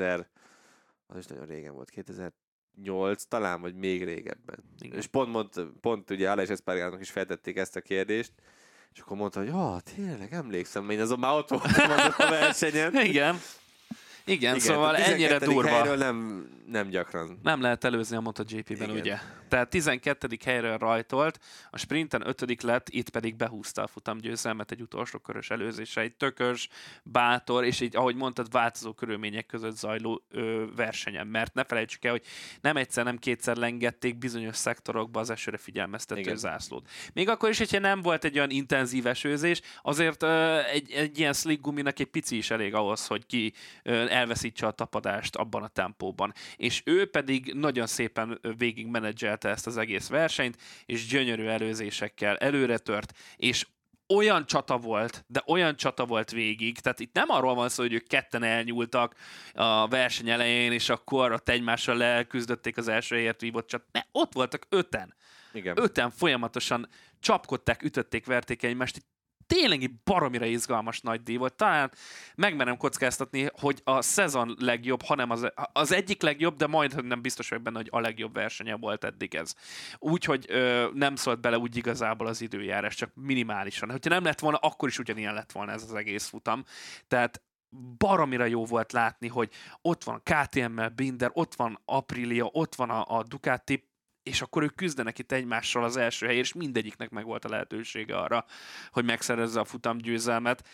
régen volt, 2008 talán, vagy még régebben. Igen. És pont ugye Aleix Espargarónak is feltették ezt a kérdést, és akkor mondta, hogy tényleg emlékszem, én azon már ott voltam a versenyen. Igen, szóval ennyire durva. Helyről nem gyakran. Nem lehet előzni a MotoGP-ben, ugye? Tehát 12. helyről rajtolt, a sprinten 5. lett, itt pedig behúzta a futamgyőzelmet egy utolsó körös előzésre. Egy tökös, bátor, és így, ahogy mondtad, változó körülmények között zajló versenyen. Mert ne felejtsük el, hogy nem egyszer, nem kétszer lengették bizonyos szektorokba az esőre figyelmeztető zászlót. Még akkor is, hogyha nem volt egy olyan intenzív esőzés, azért egy ilyen slick guminak egy pici is elég ahhoz, hogy ki elveszítse a tapadást abban a tempóban. És ő pedig nagyon szépen végig menedzselte ezt az egész versenyt, és gyönyörű előzésekkel előretört, és olyan csata volt végig, tehát itt nem arról van szó, hogy ők ketten elnyúltak a verseny elején, és akkor ott egymással leküzdötték az első helyért vívott csat. Ne, ott voltak 5-en. Igen. 5-en folyamatosan csapkodták, ütötték, verték egymást. Tényleg egy baromira izgalmas nagy díj volt. Talán megmerem kockáztatni, hogy a szezon legjobb, hanem az egyik legjobb, de majd nem biztos vagyok benne, hogy a legjobb versenye volt eddig ez. Úgyhogy nem szólt bele úgy igazából az időjárás, csak minimálisan. Hogyha nem lett volna, akkor is ugyanilyen lett volna ez az egész futam. Tehát baromira jó volt látni, hogy ott van KTM-mel Binder, ott van Aprilia, ott van a Ducati, és akkor ők küzdenek itt egymással az első helyért, és mindegyiknek meg volt a lehetősége arra, hogy megszerezze a futamgyőzelmet.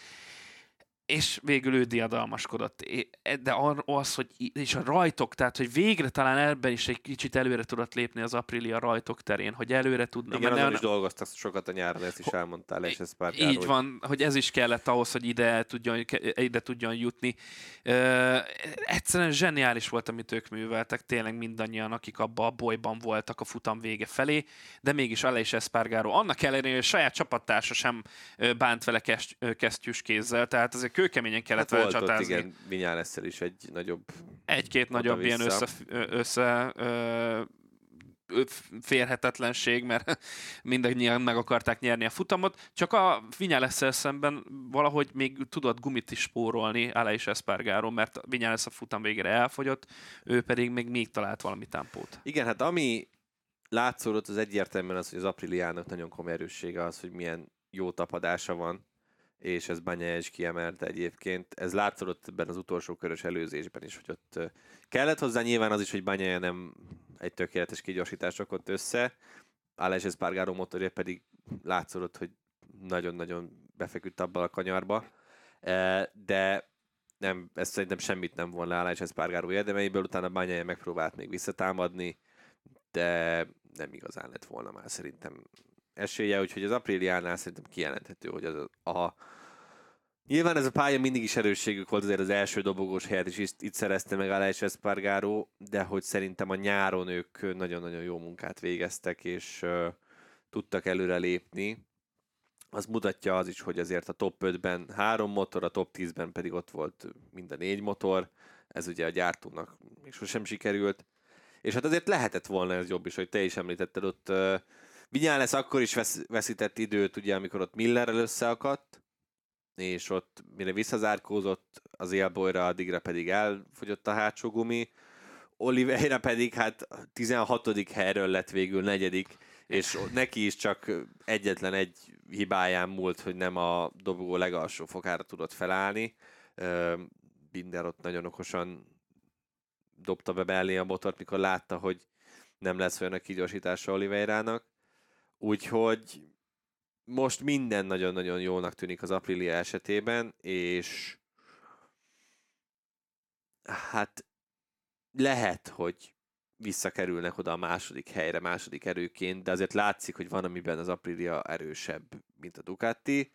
És végül ő diadalmaskodott. De az, hogy és a rajtok, tehát, hogy végre talán ebben is egy kicsit előre tudott lépni az Aprilia rajtok terén, hogy előre tudna. Igen, azon is dolgoztak sokat a nyáron, ezt is elmondtál, és ez pár így van, hogy ez is kellett ahhoz, hogy ide tudjon jutni. Egyszerűen zseniális volt, amit ők műveltek, tényleg mindannyian, akik abban a bolyban voltak a futam vége felé, de mégis Aleix Espargaró annak ellenére, hogy a saját csapattársa sem bánt vele kesztyűs kézzel, tehát azért kőkeményen kellett vele csatázni. Igen, Viñalessel is egy nagyobb... Egy-két nagyobb ilyen férhetetlenség, mert mindannyian meg akarták nyerni a futamot, csak a Viñalessel szemben valahogy még tudott gumit is spórolni Aleix Espargaró, mert Viñales a futam végére elfogyott, ő pedig még talált valami tempót. Igen, hát ami látszódott az egyértelműen az, hogy az Apriliának nagyon komoly erőssége az, hogy milyen jó tapadása van, és ez Bagnaia is kiemelte egyébként. Ez látszódott ebben az utolsó körös előzésben is, hogy ott kellett hozzá nyilván az is, hogy Bagnaia nem egy tökéletes kigyorsítást rakott össze, Aleix Espargaró motorja pedig látszódott, hogy nagyon-nagyon befeküdt abban a kanyarba, de nem, ez szerintem semmit nem von le Aleix Espargaró érdemeiből, utána Bagnaia megpróbált még visszatámadni, de nem igazán lett volna már szerintem esélye, úgyhogy az Apriliánál szerintem kijelenthető, hogy nyilván ez a pálya mindig is erősségük volt, azért az első dobogós helyet is itt szerezte meg Aleix Espargaró, de hogy szerintem a nyáron ők nagyon-nagyon jó munkát végeztek, és tudtak előre lépni. Az mutatja az is, hogy azért a top 5-ben 3 motor, a top 10-ben pedig ott volt mind a 4 motor, ez ugye a gyártónak még sosem sikerült, És hát azért lehetett volna ez jobb is, hogy te is említetted ott. Vinyales akkor is veszített időt, ugye, amikor ott Millerrel összeakadt, és ott mire visszazárkózott az élbolyra, addigra pedig elfogyott a hátsó gumi. Oliveira pedig hát 16. helyről lett végül 4., és neki is csak egyetlen egy hibáján múlt, hogy nem a dobogó legalsó fokára tudott felállni. Binder ott nagyon okosan dobta be mellé a motort, mikor látta, hogy nem lesz olyan a kigyorsítása Oliveirának. Úgyhogy most minden nagyon-nagyon jónak tűnik az Aprilia esetében, és hát lehet, hogy visszakerülnek oda a második helyre, második erőként, de azért látszik, hogy van, amiben az Aprilia erősebb, mint a Ducati.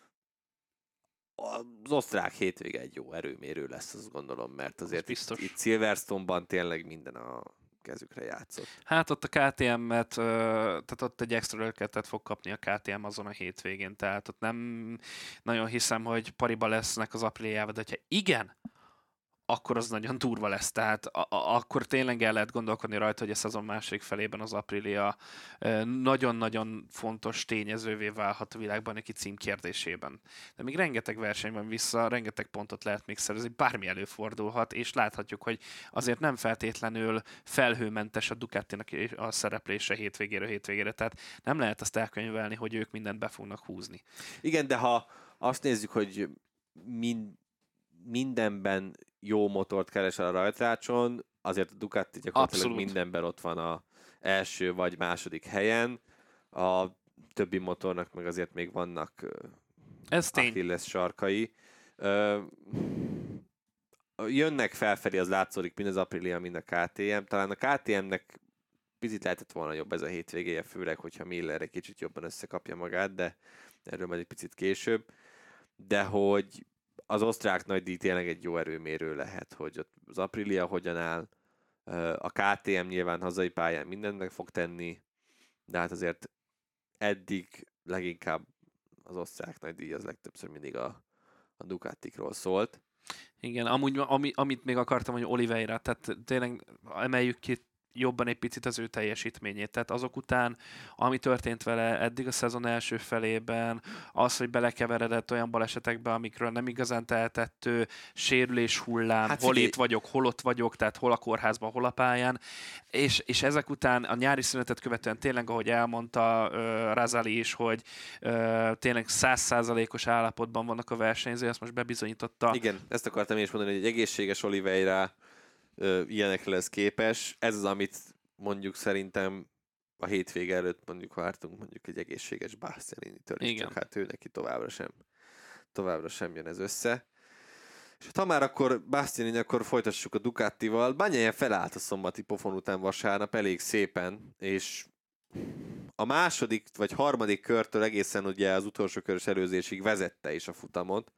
Az osztrák hétvége egy jó erőmérő lesz, azt gondolom, mert azért itt Silverstone-ban tényleg minden a kezükre játszott. Hát ott a KTM-et, tehát ott egy extra löketet fog kapni a KTM azon a hétvégén, tehát ott nem nagyon hiszem, hogy pariba lesznek az Apriliával, de ha igen, akkor az nagyon durva lesz. Tehát akkor tényleg el lehet gondolkodni rajta, hogy a szezon második felében az Aprilia nagyon-nagyon fontos tényezővé válhat a világbajnoki cím kérdésében. De még rengeteg verseny van vissza, rengeteg pontot lehet még szerezni, bármi előfordulhat, és láthatjuk, hogy azért nem feltétlenül felhőmentes a Ducatinak a szereplése hétvégére, tehát nem lehet azt elkönyvelni, hogy ők mindent be fognak húzni. Igen, de ha azt nézzük, hogy mindenben jó motort keresel a rajtrácson, azért a Ducati gyakorlatilag mindenben ott van az első vagy második helyen, a többi motornak meg azért még vannak Achilles sarkai. Jönnek felfelé, az látszódik mind az Aprilia, mind a KTM. Talán a KTM-nek picit lehetett volna jobb ez a hétvégéje, főleg, hogyha Miller egy kicsit jobban összekapja magát, de erről majd egy picit később. De hogy az osztrák nagydíj tényleg egy jó erőmérő lehet, hogy ott az Aprilia hogyan áll, a KTM nyilván hazai pályán mindent meg fog tenni, de hát azért eddig leginkább az osztrák nagydíj az legtöbbször mindig a Ducatikról szólt. Igen, amúgy amit még akartam, hogy Oliveira, tehát tényleg emeljük ki jobban egy picit az ő teljesítményét. Tehát azok után, ami történt vele eddig a szezon első felében, az, hogy belekeveredett olyan balesetekbe, amikről nem igazán tehetett, sérülés hullám, hát hol itt vagyok, hol ott vagyok, tehát hol a kórházban, hol a pályán, és ezek után a nyári szünetet követően tényleg, ahogy elmondta Razali is, hogy tényleg 100%-os állapotban vannak a versenyzők, ezt most bebizonyította. Igen, ezt akartam én is mondani, hogy egy egészséges Oliveira ilyenekre lesz képes. Ez az, amit mondjuk szerintem a hétvége előtt mondjuk vártunk, mondjuk egy egészséges Bastianinitől is, csak hát ő neki továbbra sem jön ez össze. És ha már akkor Bastianini, akkor folytassuk a Ducatival. Bagnaia felállt a szombati pofon után vasárnap elég szépen, és a második vagy harmadik körtől egészen ugye az utolsó körös előzésig vezette is a futamot,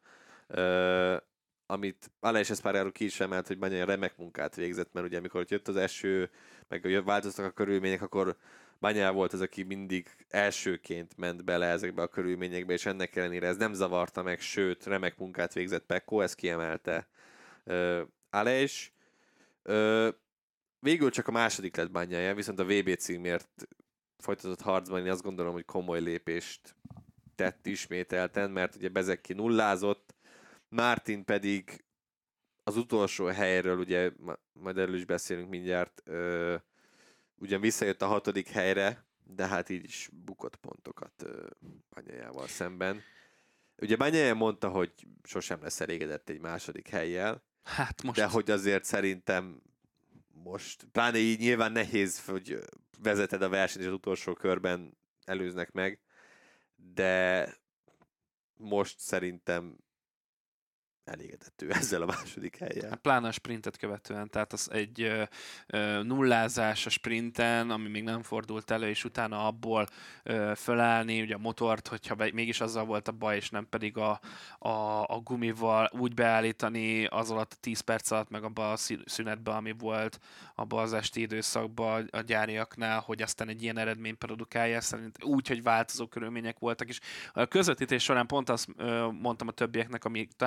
amit Aleix Espargaro ki is emelt, hogy Bagnaia remek munkát végzett, mert ugye amikor jött az eső, meg változtak a körülmények, akkor Bagnaia volt az, aki mindig elsőként ment bele ezekbe a körülményekbe, és ennek ellenére ez nem zavarta meg, sőt, remek munkát végzett Pecco, ezt kiemelte Aleix. Végül csak a második lett Bagnaia, viszont a VB címért folytatott harcban én azt gondolom, hogy komoly lépést tett ismételten, mert ugye Bezzecchi nullázott, Martin pedig az utolsó helyről, ugye majd erről is beszélünk mindjárt, ugyan visszajött a 6. helyre, de hát így is bukott pontokat Bagnaiával szemben. Ugye Bagnaia mondta, hogy sosem lesz elégedett egy második hellyel, hát most... de hogy azért szerintem most, pláne így nyilván nehéz, hogy vezeted a versenyt, és az utolsó körben előznek meg, de most szerintem elégedett ő ezzel a második helyen. Pláne a sprintet követően, tehát az egy nullázás a sprinten, ami még nem fordult elő, és utána abból fölállni, ugye a motort, hogyha mégis azzal volt a baj, és nem pedig a gumival úgy beállítani az alatt a 10 perc alatt, meg abban a szünetben, ami volt abban az esti időszakban a gyáriaknál, hogy aztán egy ilyen eredményt produkálja, szerint úgy, hogy változó körülmények voltak, és a közvetítés során pont azt mondtam a többieknek, ami talán egy kicsit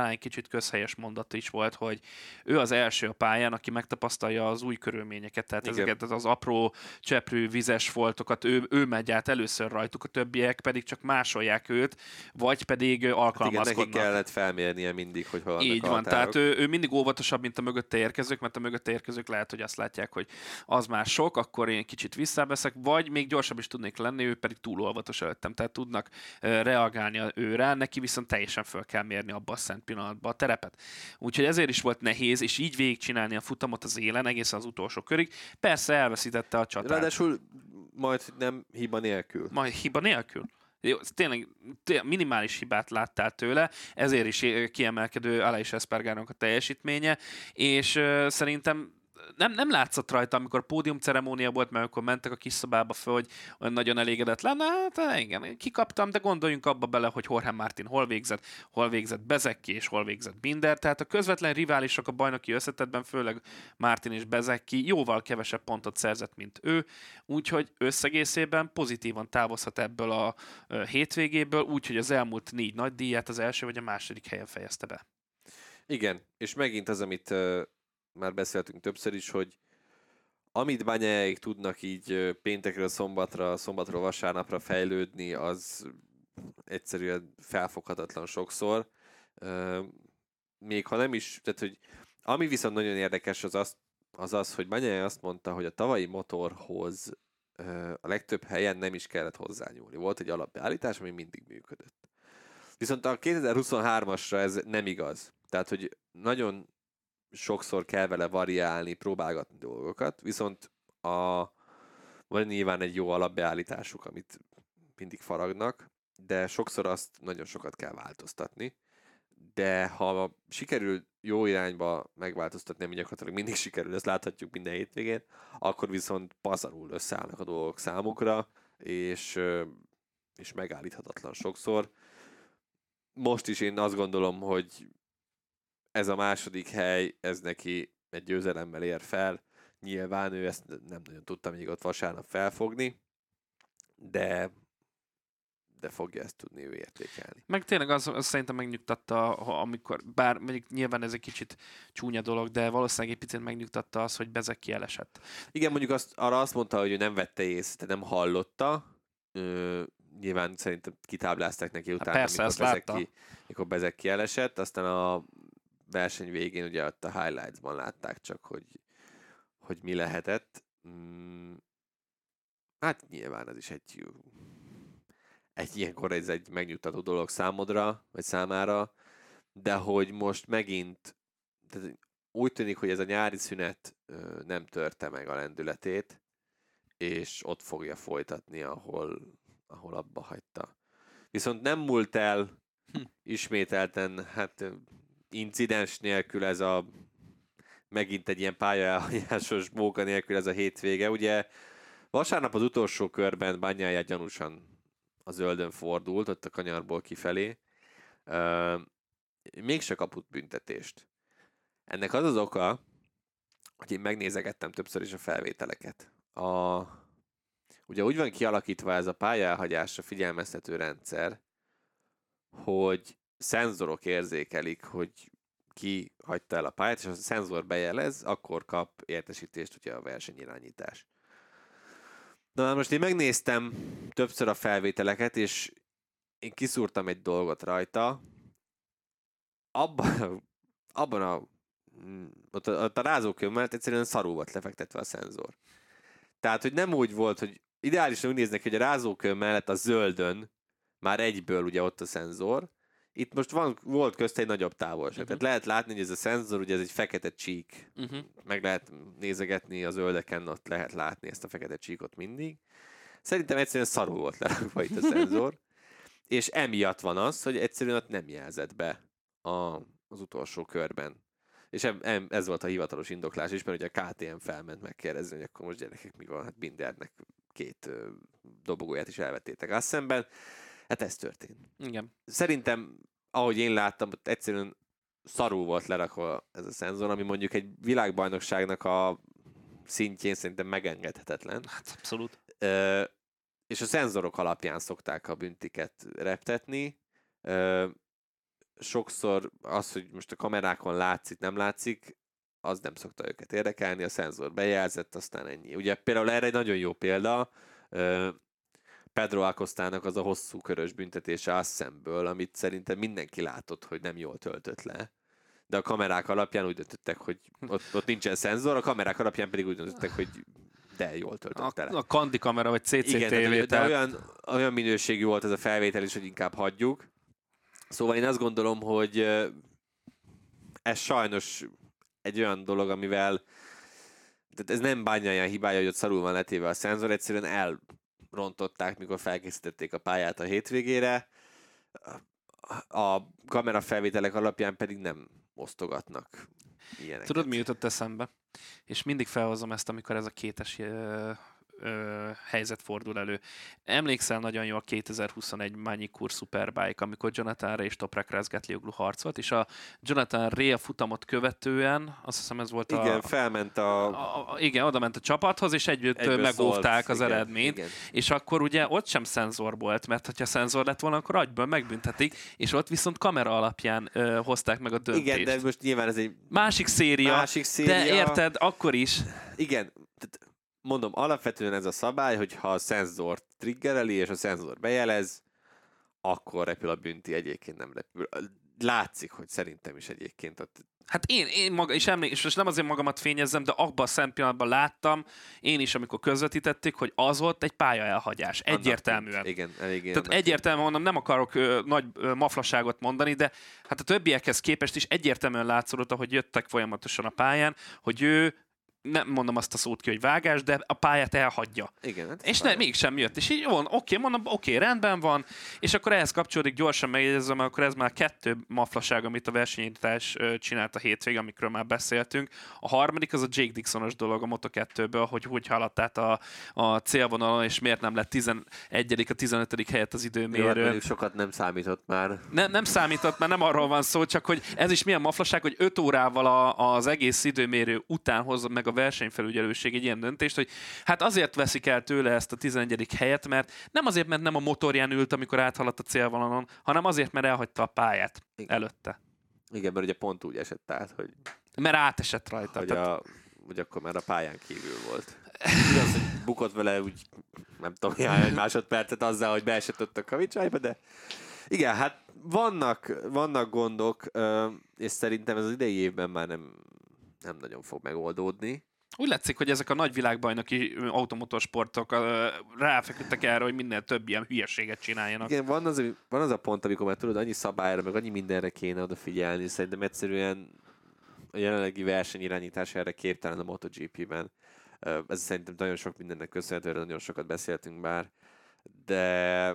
közhelyes mondat is volt, hogy ő az első a pályán, aki megtapasztalja az új körülményeket, tehát Igen. ezeket az apró cseprő vizes foltokat, ő megy át először rajtuk, a többiek pedig csak másolják őt, vagy pedig Igen, alkalmazkodnak. neki kellett felmérnie mindig, hogy hol vannak Így a van, határok. tehát ő mindig óvatosabb, mint a mögötte érkezők, mert a mögötte érkezők lehet, hogy azt látják, hogy az már sok, akkor én kicsit visszaveszek, vagy még gyorsabb is tudnék lenni, ő pedig túl óvatos előttem, tehát tudnak reagálni ő rá, neki viszont teljesen föl kell mérni abba a szent pillanatban a terepet. Úgyhogy ezért is volt nehéz, és így végigcsinálni a futamot az élen, egészen az utolsó körig. Persze elveszítette a csatát. Ráadásul majd nem hiba nélkül. Majd hiba nélkül. Jó, tényleg minimális hibát láttál tőle, ezért is kiemelkedő Aleix Espargarónak a teljesítménye, és szerintem nem látszott rajta, amikor pódiumceremónia volt, mert amikor mentek a kis szobába föl, hogy olyan nagyon elégedett lenne, hát igen, kikaptam, de gondoljunk abba bele, hogy Jorge Martin hol végzett Bezecchi és hol végzett Binder, tehát a közvetlen riválisok a bajnoki összetettben, főleg Martin és Bezecchi jóval kevesebb pontot szerzett, mint ő, úgyhogy összegészében pozitívan távozhat ebből a hétvégéből, úgyhogy az elmúlt 4 nagy díját az első vagy a második helyen fejezte be. Igen, és megint az, amit már beszéltünk többször is, hogy amit Bagnaia-ék tudnak így péntekről szombatról vasárnapra fejlődni, az egyszerűen felfoghatatlan sokszor. Még ha nem is, tehát hogy ami viszont nagyon érdekes az, hogy Bagnaia azt mondta, hogy a tavalyi motorhoz a legtöbb helyen nem is kellett hozzányúlni. Volt egy alapbeállítás, ami mindig működött. Viszont a 2023-asra ez nem igaz. Tehát, hogy nagyon sokszor kell vele variálni, próbálgatni dolgokat, viszont van nyilván egy jó alapbeállításuk, amit mindig faragnak, de sokszor azt nagyon sokat kell változtatni. De ha sikerül jó irányba megváltoztatni, ami gyakorlatilag mindig sikerül, ezt láthatjuk minden hétvégén, akkor viszont pazarul összeállnak a dolgok számukra, és megállíthatatlan sokszor. Most is én azt gondolom, hogy ez a második hely, ez neki egy győzelemmel ér fel. Nyilván ő ezt nem nagyon tudta még ott vasárnap felfogni, de fogja ezt tudni ő értékelni. Meg tényleg az szerintem megnyugtatta, amikor, bár mondjuk nyilván ez egy kicsit csúnya dolog, de valószínűleg egy picit megnyugtatta az, hogy Bezecchi elesett. Igen, mondjuk arra azt mondta, hogy ő nem vette észre, nem hallotta. Nyilván szerintem kitáblázták neki utána, persze, mikor Bezecchi elesett, aztán a verseny végén ugye ott a highlights-ban látták csak, hogy mi lehetett. Hát nyilván ez is egy ilyenkor ez egy megnyugtató dolog számodra, vagy számára, de hogy most megint tehát úgy tűnik, hogy ez a nyári szünet nem törte meg a lendületét, és ott fogja folytatni, ahol abba hagyta. Viszont nem múlt el ismételten, hát incidens nélkül ez a megint egy ilyen pályaelhagyásos móka nélkül ez a hétvége. Ugye vasárnap az utolsó körben Bagnaia gyanúsan a zöldön fordult, ott a kanyarból kifelé. Mégse kapott büntetést. Ennek az az oka, hogy én megnézegettem többször is a felvételeket. Ugye úgy van kialakítva ez a pályaelhagyásra figyelmeztető rendszer, hogy szenzorok érzékelik, hogy ki hagyta el a pályát, és ha a szenzor bejelez, akkor kap értesítést ugye a versenyirányítás. Na most én megnéztem többször a felvételeket, és én kiszúrtam egy dolgot rajta. Abban a rázókő mellett egyszerűen szarul volt lefektetve a szenzor. Tehát, hogy nem úgy volt, hogy ideálisan úgy néznek, hogy a rázókő mellett a zöldön már egyből ugye ott a szenzor. Itt most volt közt egy nagyobb távolság. Tehát lehet látni, hogy ez a szenzor, ugye ez egy fekete csík. Meg lehet nézegetni a zöldeken, ott lehet látni ezt a fekete csíkot mindig. Szerintem egyszerűen szarul volt lerakva itt a szenzor. És emiatt van az, hogy egyszerűen ott nem jelzett be az utolsó körben. És ez volt a hivatalos indoklás is, mert ugye a KTM felment megkérdezni, hogy akkor most gyerekek mi van, hát Bindernek 2 dobogóját is elvettétek azt szemben. Hát ez történt. Igen. Szerintem, ahogy én láttam, egyszerűen szarul volt lerakva ez a szenzor, ami mondjuk egy világbajnokságnak a szintjén szerintem megengedhetetlen. Hát abszolút. És a szenzorok alapján szokták a büntiket reptetni. sokszor az, hogy most a kamerákon látszik, nem látszik, az nem szokta őket érdekelni, a szenzor bejelzett, aztán ennyi. Ugye például erre egy nagyon jó példa, Pedro Acostának az a hosszú körös büntetése Assemből, amit szerintem mindenki látott, hogy nem jól töltött le. De a kamerák alapján úgy döntöttek, hogy ott nincsen szenzor, a kamerák alapján pedig úgy döntöttek, hogy de jól töltötte le. A Kandi kamera, vagy CCTV. Igen, de olyan minőségű volt ez a felvétel is, hogy inkább hagyjuk. Szóval én azt gondolom, hogy ez sajnos egy olyan dolog, amivel tehát ez nem Bagnaia hibája, hogy ott szarul van letéve a szenzor, egyszerűen elrontották, mikor felkészítették a pályát a hétvégére. A kamerafelvételek alapján pedig nem osztogatnak ilyeneket. Tudod, mi jutott eszembe? És mindig felhozom ezt, amikor ez a kétes helyzet fordul elő. Emlékszel nagyon jól 2021 Magny-Cours Superbike, amikor Jonathan Rea és Toprak Razgatlioglu harcolt, és a Jonathan Rea futamot követően, azt hiszem ez volt igen, felment igen, oda ment a csapathoz, és együtt megóvták az eredményt, igen. És akkor ugye ott sem szenzor volt, mert ha szenzor lett volna, akkor agyből megbüntetik, és ott viszont kamera alapján hozták meg a döntést. Igen, de most nyilván ez egy másik széria, de érted, akkor is. Igen, mondom, alapvetően ez a szabály, hogy ha a szenzor triggereli, és a szenzor bejelez, akkor repül a bünti, egyébként nem repül. Látszik, hogy szerintem is egyébként ott... Hát én maga is emlékszem, és nem azért magamat fényezzem, de abban a szempillanatban láttam, én is, amikor közvetítették, hogy az ott egy pályaelhagyás. Egyértelműen. Igen, elég. Tehát egyértelműen mondom, nem akarok nagy maflaságot mondani, de hát a többiekhez képest is egyértelműen látszódott, ahogy jöttek folyamatosan a pályán, hogy ő nem mondom azt a szót ki, hogy vágás, de a pályát elhagyja. Igen, hát és mégsem jött. És így van, oké, rendben van, és akkor ehhez kapcsolódik, gyorsan megjegyzem, akkor ez már 2 maflaság, amit a versenyindítás csinált a hétvég, amikről már beszéltünk. A harmadik az a Jake Dixonos dolog a Moto2-ből, hogy haladt át a célvonalon, és miért nem lett 11. a 15. helyett az időmérő. Jó, hát sokat nem számított már. Nem számított, mert nem arról van szó, csak hogy ez is milyen maflaság, hogy 5 órával az egész időmérő után hozza meg a versenyfelügyelőség egy ilyen döntést, hogy hát azért veszik el tőle ezt a 11. helyet, mert nem nem a motorján ült, amikor áthaladt a célvonalon, hanem azért, mert elhagyta a pályát előtte. Igen, mert ugye pont úgy esett át, hogy... Mert átesett rajta. Hogy akkor már a pályán kívül volt. Igaz, hogy bukott vele úgy, nem tudom, egy másodpercet azzal, hogy beesett ott a kavicsájba, de igen, hát vannak gondok, és szerintem ez az idei évben már nem nagyon fog megoldódni. Úgy látszik, hogy ezek a nagy világbajnoki automotorsportok ráfeküdtek erre, hogy minél több ilyen hülyeséget csináljanak. Igen, van az a pont, amikor már tudod, annyi szabályra, meg annyi mindenre kéne odafigyelni, szerintem egyszerűen a jelenlegi versenyirányítás erre képtelen a MotoGP-ben. Ez szerintem nagyon sok mindennek köszönhető, erről nagyon sokat beszéltünk már, de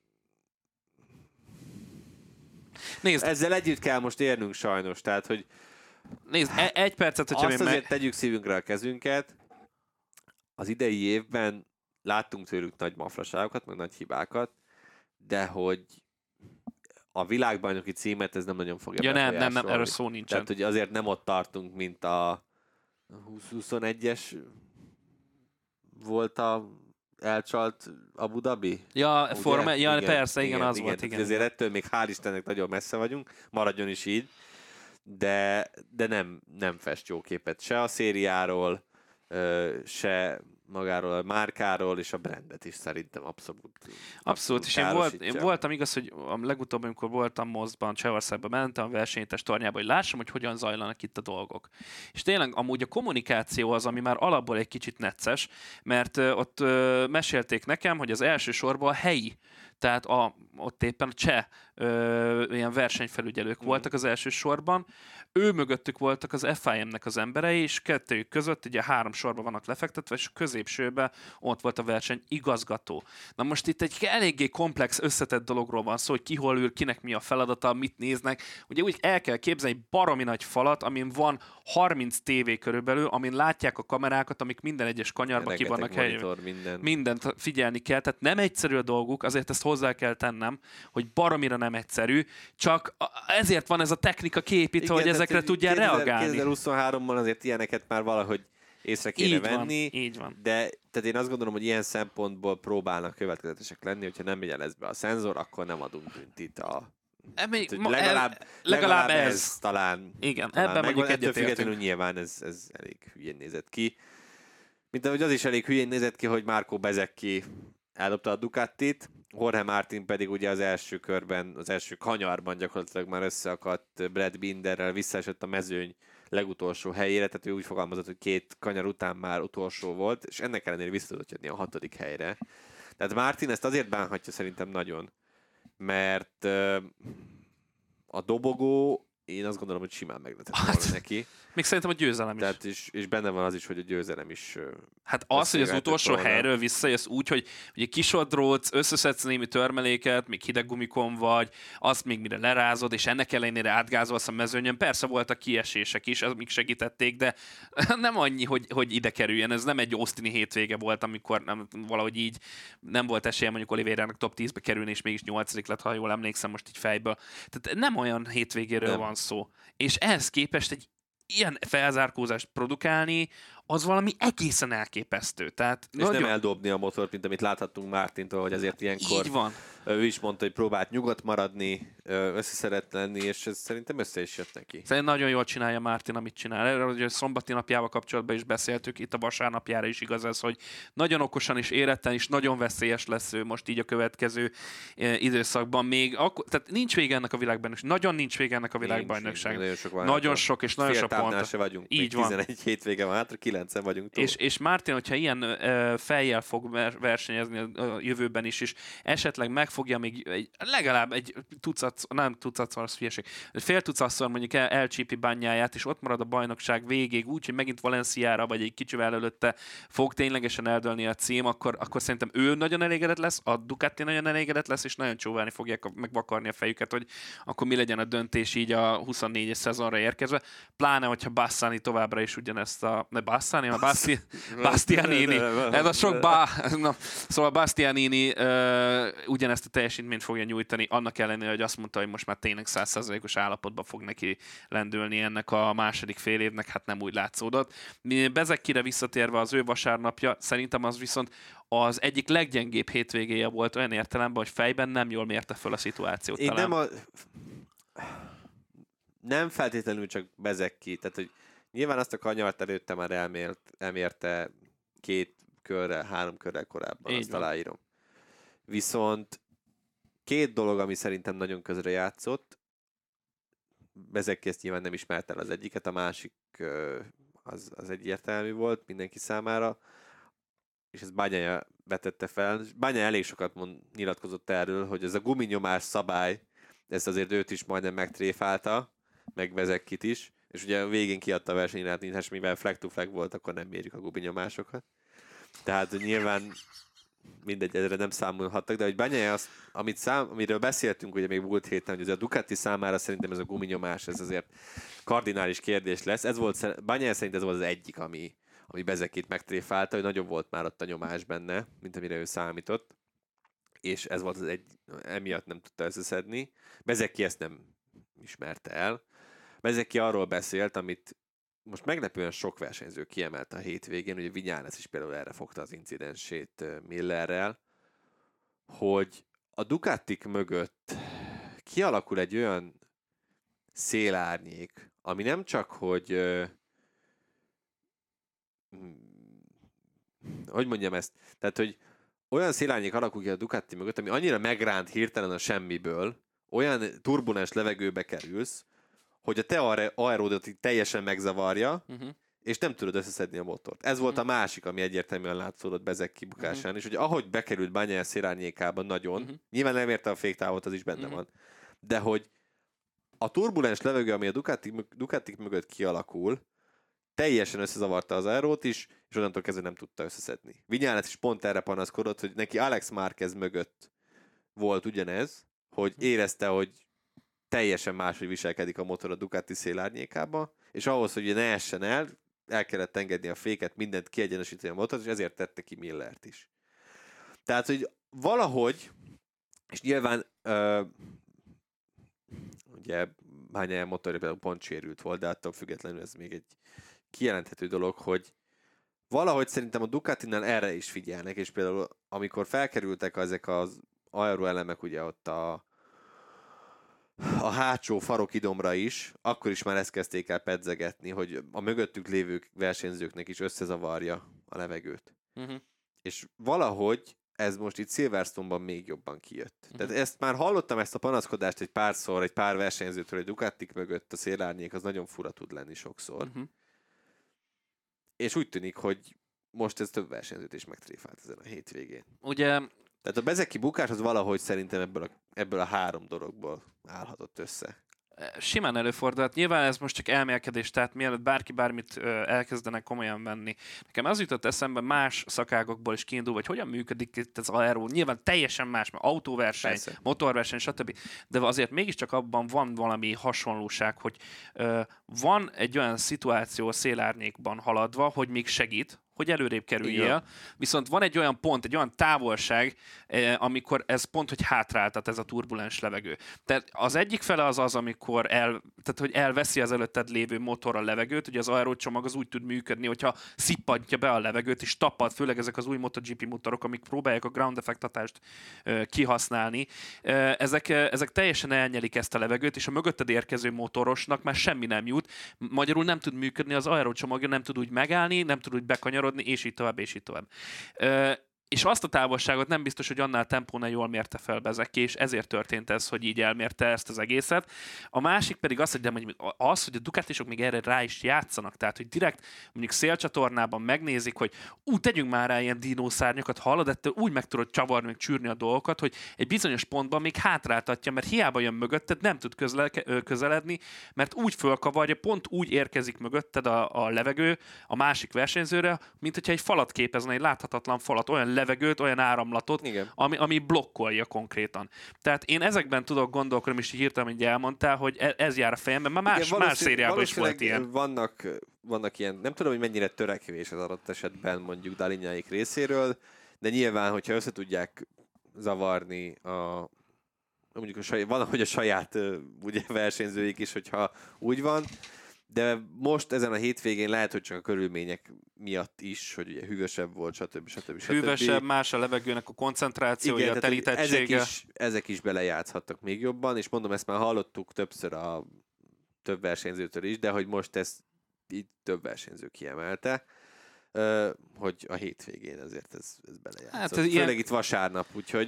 nézd, ezzel együtt kell most érnünk sajnos, tehát, hogy nézd, egy percet, hogyha azt azért tegyük szívünkre a kezünket. Az idei évben láttunk tőlük nagy maflaságokat, meg nagy hibákat, de hogy a világbajnoki címet ez nem nagyon fogja befolyásolni. Nem, erről szó nincsen. Tehát, hogy azért nem ott tartunk, mint a 2021-es volt a elcsalt Abu Dhabi? Ja, persze, igen, az volt. Igen. Ezért ettől még hál' Istennek nagyon messze vagyunk, maradjon is így, de nem fest jó képet se a szériáról, se magáról a márkáról, és a brandet is szerintem abszolút és én voltam igaz, hogy a legutóbb, amikor voltam Mostban, Csehországban mentem a versenyítés tornyába, hogy lássam, hogy hogyan zajlanak itt a dolgok. És tényleg amúgy a kommunikáció az, ami már alapból egy kicsit necces, mert ott mesélték nekem, hogy az első sorban a helyi, tehát ott éppen a cseh ilyen versenyfelügyelők voltak az első sorban, ő mögöttük voltak az FIM-nek az emberei, és kettőjük között ugye 3 sorban vannak lefektetve, és a középsőben ott volt a verseny igazgató. Na most itt egy eléggé komplex, összetett dologról van szó, hogy ki hol ül, kinek mi a feladata, mit néznek. Ugye úgy el kell képzelni egy baromi nagy falat, amin van 30 tévé körülbelül, amin látják a kamerákat, amik minden egyes kanyarba ki vannak helyben. Mindent figyelni kell, tehát nem egyszerű a dolguk, azért ezt hozzá kell tennem, hogy baromira nem egyszerű, csak ezért van ez a technika kiépítve, hogy ezekre tudjál reagálni. 2023-ban azért ilyeneket már valahogy észre kéne venni. Így van. De tehát én azt gondolom, hogy ilyen szempontból próbálnak következetesek lenni, hogyha nem jelez be a szenzor, akkor nem adunk büntit a legalább ez talán. Igen, talán ebben mondjuk ettől egyetértünk. függetlenül nyilván ez elég hülyén nézett ki. Mint ahogy az is elég hülyén nézett ki, hogy Marco Bezzecchi eldobta a Ducatit, Jorge Martin pedig ugye az első körben, az első kanyarban gyakorlatilag már összeakadt Brad Binderrel, visszaesett a mezőny legutolsó helyére, tehát ő úgy fogalmazott, hogy 2 kanyar után már utolsó volt, és ennek ellenére vissza tudott jönni a 6. helyre. Tehát Martin ezt azért bánhatja szerintem nagyon, mert a dobogó, én azt gondolom, hogy simán meg lehetett volna neki. Még szerintem a győzelem is. Tehát és benne van az is, hogy a győzelem is... Hát az, hogy az utolsó helyről visszajössz úgy, hogy ugye kisodródsz, összeszedsz némi törmeléket, még hideg gumikon vagy, azt még mire lerázod, és ennek ellenére átgázolsz a mezőnyön. Persze voltak kiesések is, amik segítették, de nem annyi, hogy ide kerüljen. Ez nem egy Austini hétvége volt, amikor valahogy így nem volt esélye mondjuk Oliveira-nak top 10-be kerülni, és mégis 8. lett, ha jól emlékszem most így fejből. Tehát nem olyan hétvégéről van szó. És ehhez képest egy ilyen felzárkózást produkálni, az valami egészen elképesztő. Tehát és nem eldobni a motort, mint amit láthattunk Mártintól, hogy azért ilyenkor így van. Ő is mondta, hogy próbált nyugodt maradni, összeszeret lenni, és ez szerintem össze is jött neki. Szerintem nagyon jól csinálja Martin, amit csinál. Erről, hogy a szombati napjával kapcsolatban is beszéltük, itt a vasárnapjára is igaz ez, hogy nagyon okosan és éretten is nagyon veszélyes lesz ő most így a következő időszakban. Még akkor, tehát nincs vége ennek a világbajnokság. Nagyon nincs vége ennek a világbajnokság. Nagyon sok és nagyon sok pont. Se vagyunk. Így van. 11 hétvége van hátra, 9-en vagyunk túl. És Martin, hogyha ilyen fejjel fog versenyezni a jövőben is, és esetleg megfogja még legalább egy fél tucatszor mondjuk elcsípi Bagnáját, és ott marad a bajnokság végig, úgy, hogy megint Valenciára, vagy egy kicsivel előtte fog ténylegesen eldőlni a cím, akkor szerintem ő nagyon elégedett lesz, a Ducati nagyon elégedett lesz, és nagyon csóválni fogják megvakarni a fejüket, hogy akkor mi legyen a döntés így a 24-es szezonra érkezve. Pláne, hogyha Bassani továbbra is ugyanezt a... Ne Bassani, a Bastianini. Ez a sok szóval Bastianini ugyanezt a teljesítményt fogja nyújtani, annak ellenére, hogy azt mondta, hogy most már tényleg 100%-os állapotban fog neki lendülni ennek a második fél évnek, hát nem úgy látszódott. Bezekkire visszatérve az ő vasárnapja, szerintem az viszont az egyik leggyengébb hétvégéje volt olyan értelemben, hogy fejben nem jól mérte föl a szituációt. Én talán. Nem feltétlenül csak Bezecchi, tehát hogy nyilván azt a kanyart előtte már elmérte 2 körrel, 3 körrel korábban, így azt van. aláírom. Viszont 2 dolog, ami szerintem nagyon közre játszott. Bezecchi ezt nyilván nem ismert el az egyiket, a másik az egyértelmű volt mindenki számára, és ez Bagnaia vetette fel. Bagnaia elég sokat nyilatkozott erről, hogy ez a guminyomás szabály, ezt azért őt is majdnem megtréfálta, meg Bezeckit is, és ugye a végén kiadta a versenyirányítást, mivel flag to flag volt, akkor nem mérjük a guminyomásokat. Tehát nyilván mindegy, ezre nem számolhattak, de hogy Bagnaia az, amiről beszéltünk ugye még múlt héten, hogy az a Ducati számára szerintem ez a guminyomás, ez azért kardinális kérdés lesz. Bagnaia szerint ez volt az egyik, ami Bezeckit megtréfálta, hogy nagyobb volt már ott a nyomás benne, mint amire ő számított, és ez volt az emiatt nem tudta összeszedni. Bezecchi ezt nem ismerte el. Bezecchi arról beszélt, amit most meglepően sok versenyző kiemelt a hétvégén, ugye Viñales is például erre fogta az incidensét Millerrel, hogy a Ducatik mögött kialakul egy olyan szélárnyék, ami nem csak, hogy hogy mondjam ezt, tehát, hogy olyan szélárnyék alakul ki a Ducati mögött, ami annyira megránt hirtelen a semmiből, olyan turbulens levegőbe kerülsz, hogy a te aeródat teljesen megzavarja, és nem tudod összeszedni a motort. Ez volt a másik, ami egyértelműen látszódott Bezecchi bukásán is, hogy ahogy bekerült Bagnaia szélárnyékában nagyon, nyilván nem érte a féktávot, az is benne van, de hogy a turbulens levegő, ami a Ducatik mögött kialakul, teljesen összezavarta az aerót is, és onnantól kezdve nem tudta összeszedni. Viñales is pont erre panaszkodott, hogy neki Alex Márquez mögött volt ugyanez, hogy érezte, hogy teljesen máshogy viselkedik a motor a Ducati szélárnyékába, és ahhoz, hogy ne essen el kellett engedni a féket, mindent kiegyenesíteni a motort, és ezért tette ki Millert is. Tehát, hogy valahogy, és nyilván ugye Bagnaia motorja például pont sérült volt, de attól függetlenül ez még egy kijelenthető dolog, hogy valahogy szerintem a Ducatinál erre is figyelnek, és például amikor felkerültek ezek az aeroelemek ugye ott a hátsó farokidomra is, akkor is már ezt kezdték el pedzegetni, hogy a mögöttük lévő versenyzőknek is összezavarja a levegőt. És valahogy ez most itt Silverstone-ban még jobban kijött. Tehát ezt már hallottam, ezt a panaszkodást egy párszor, egy pár versenyzőtől, hogy Ducatik mögött a szélárnyék az nagyon fura tud lenni sokszor. És úgy tűnik, hogy most ez több versenyzőt is megtréfált ezen a hétvégén. Ugye... Tehát a Bezeki bukás az valahogy szerintem ebből a három dologból állhatott össze. Simán előfordulhat. Nyilván ez most csak elmélkedés, tehát mielőtt bárki bármit elkezdenek komolyan venni. Nekem az jutott eszembe más szakágokból is kiindul, hogy hogyan működik itt az aero. Nyilván teljesen más, mert autóverseny, Persze. motorverseny, stb. De azért mégiscsak abban van valami hasonlóság, hogy van egy olyan szituáció szélárnyékban haladva, hogy még segít, hogy előrébb kerüljél, igen. Viszont van egy olyan pont, egy olyan távolság, amikor ez pont, hogy hátráltat ez a turbulens levegő. Tehát az egyik fele az, amikor tehát, hogy elveszi az előtted lévő motor a levegőt, ugye az aerócsomag az úgy tud működni, hogyha szippantja be a levegőt, és tapad, főleg ezek az új MotoGP motorok, amik próbálják a ground effect hatást kihasználni, ezek teljesen elnyelik ezt a levegőt, és a mögötted érkező motorosnak már semmi nem jut, magyarul nem tud működni, az aerócsomagja nem tud úgy megállni, nem tud úgy bekanyarodni, és így tovább, és így tovább. És azt a távolságot nem biztos, hogy annál tempónál jól mérte fel Bezeki, és ezért történt ez, hogy így elmérte ezt az egészet. A másik pedig az, hogy a Ducatisok még erre rá is játszanak, tehát hogy direkt mondjuk szélcsatornában megnézik, hogy tegyünk már rá ilyen dinószárnyakat, hallod, ettől úgy meg tudod csavarni, meg csűrni a dolgokat, hogy egy bizonyos pontban még hátráltatja, mert hiába jön mögötted, nem tud közeledni, mert úgy fölkavarja, pont úgy érkezik mögötted a levegő a másik versenyzőre, mint hogyha egy falat képezne, egy láthatatlan falat, olyan levegőt, olyan áramlatot, ami blokkolja konkrétan. Tehát én ezekben tudok gondolkodni, és így hirtelen, hogy elmondtál, hogy ez jár a fejemben, mert más szériában is volt ilyen. Vannak ilyen, nem tudom, hogy mennyire törekvés az adott esetben mondjuk Dalinyáik részéről, de nyilván, hogyha össze tudják zavarni mondjuk valahogy a saját ugye, versenyzőik is, hogyha úgy van, de most ezen a hétvégén lehet, hogy csak a körülmények miatt is, hogy ugye hűvösebb volt, stb. Hűvösebb, más a levegőnek a koncentrációja, a telítettsége. Ezek is belejátszhattak még jobban, és mondom, ezt már hallottuk többször a több versenyzőtől is, de hogy most ezt így több versenyző kiemelte, hogy a hétvégén ezért ez belejátszott. Hát főleg itt vasárnap, úgyhogy...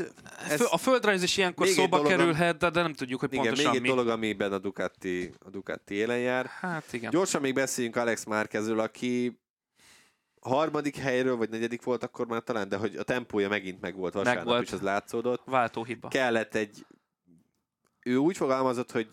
A földrajz is ilyenkor szóba kerülhet, de nem tudjuk, hogy pontosan még egy dolog, amiben a Ducati élen jár. Hát igen. Gyorsan még beszéljünk Alex Márquezről, aki harmadik helyről, vagy negyedik volt akkor már talán, de hogy a tempója megint megvolt vasárnap, és az látszódott. Váltóhiba. Kellett ő úgy fogalmazott, hogy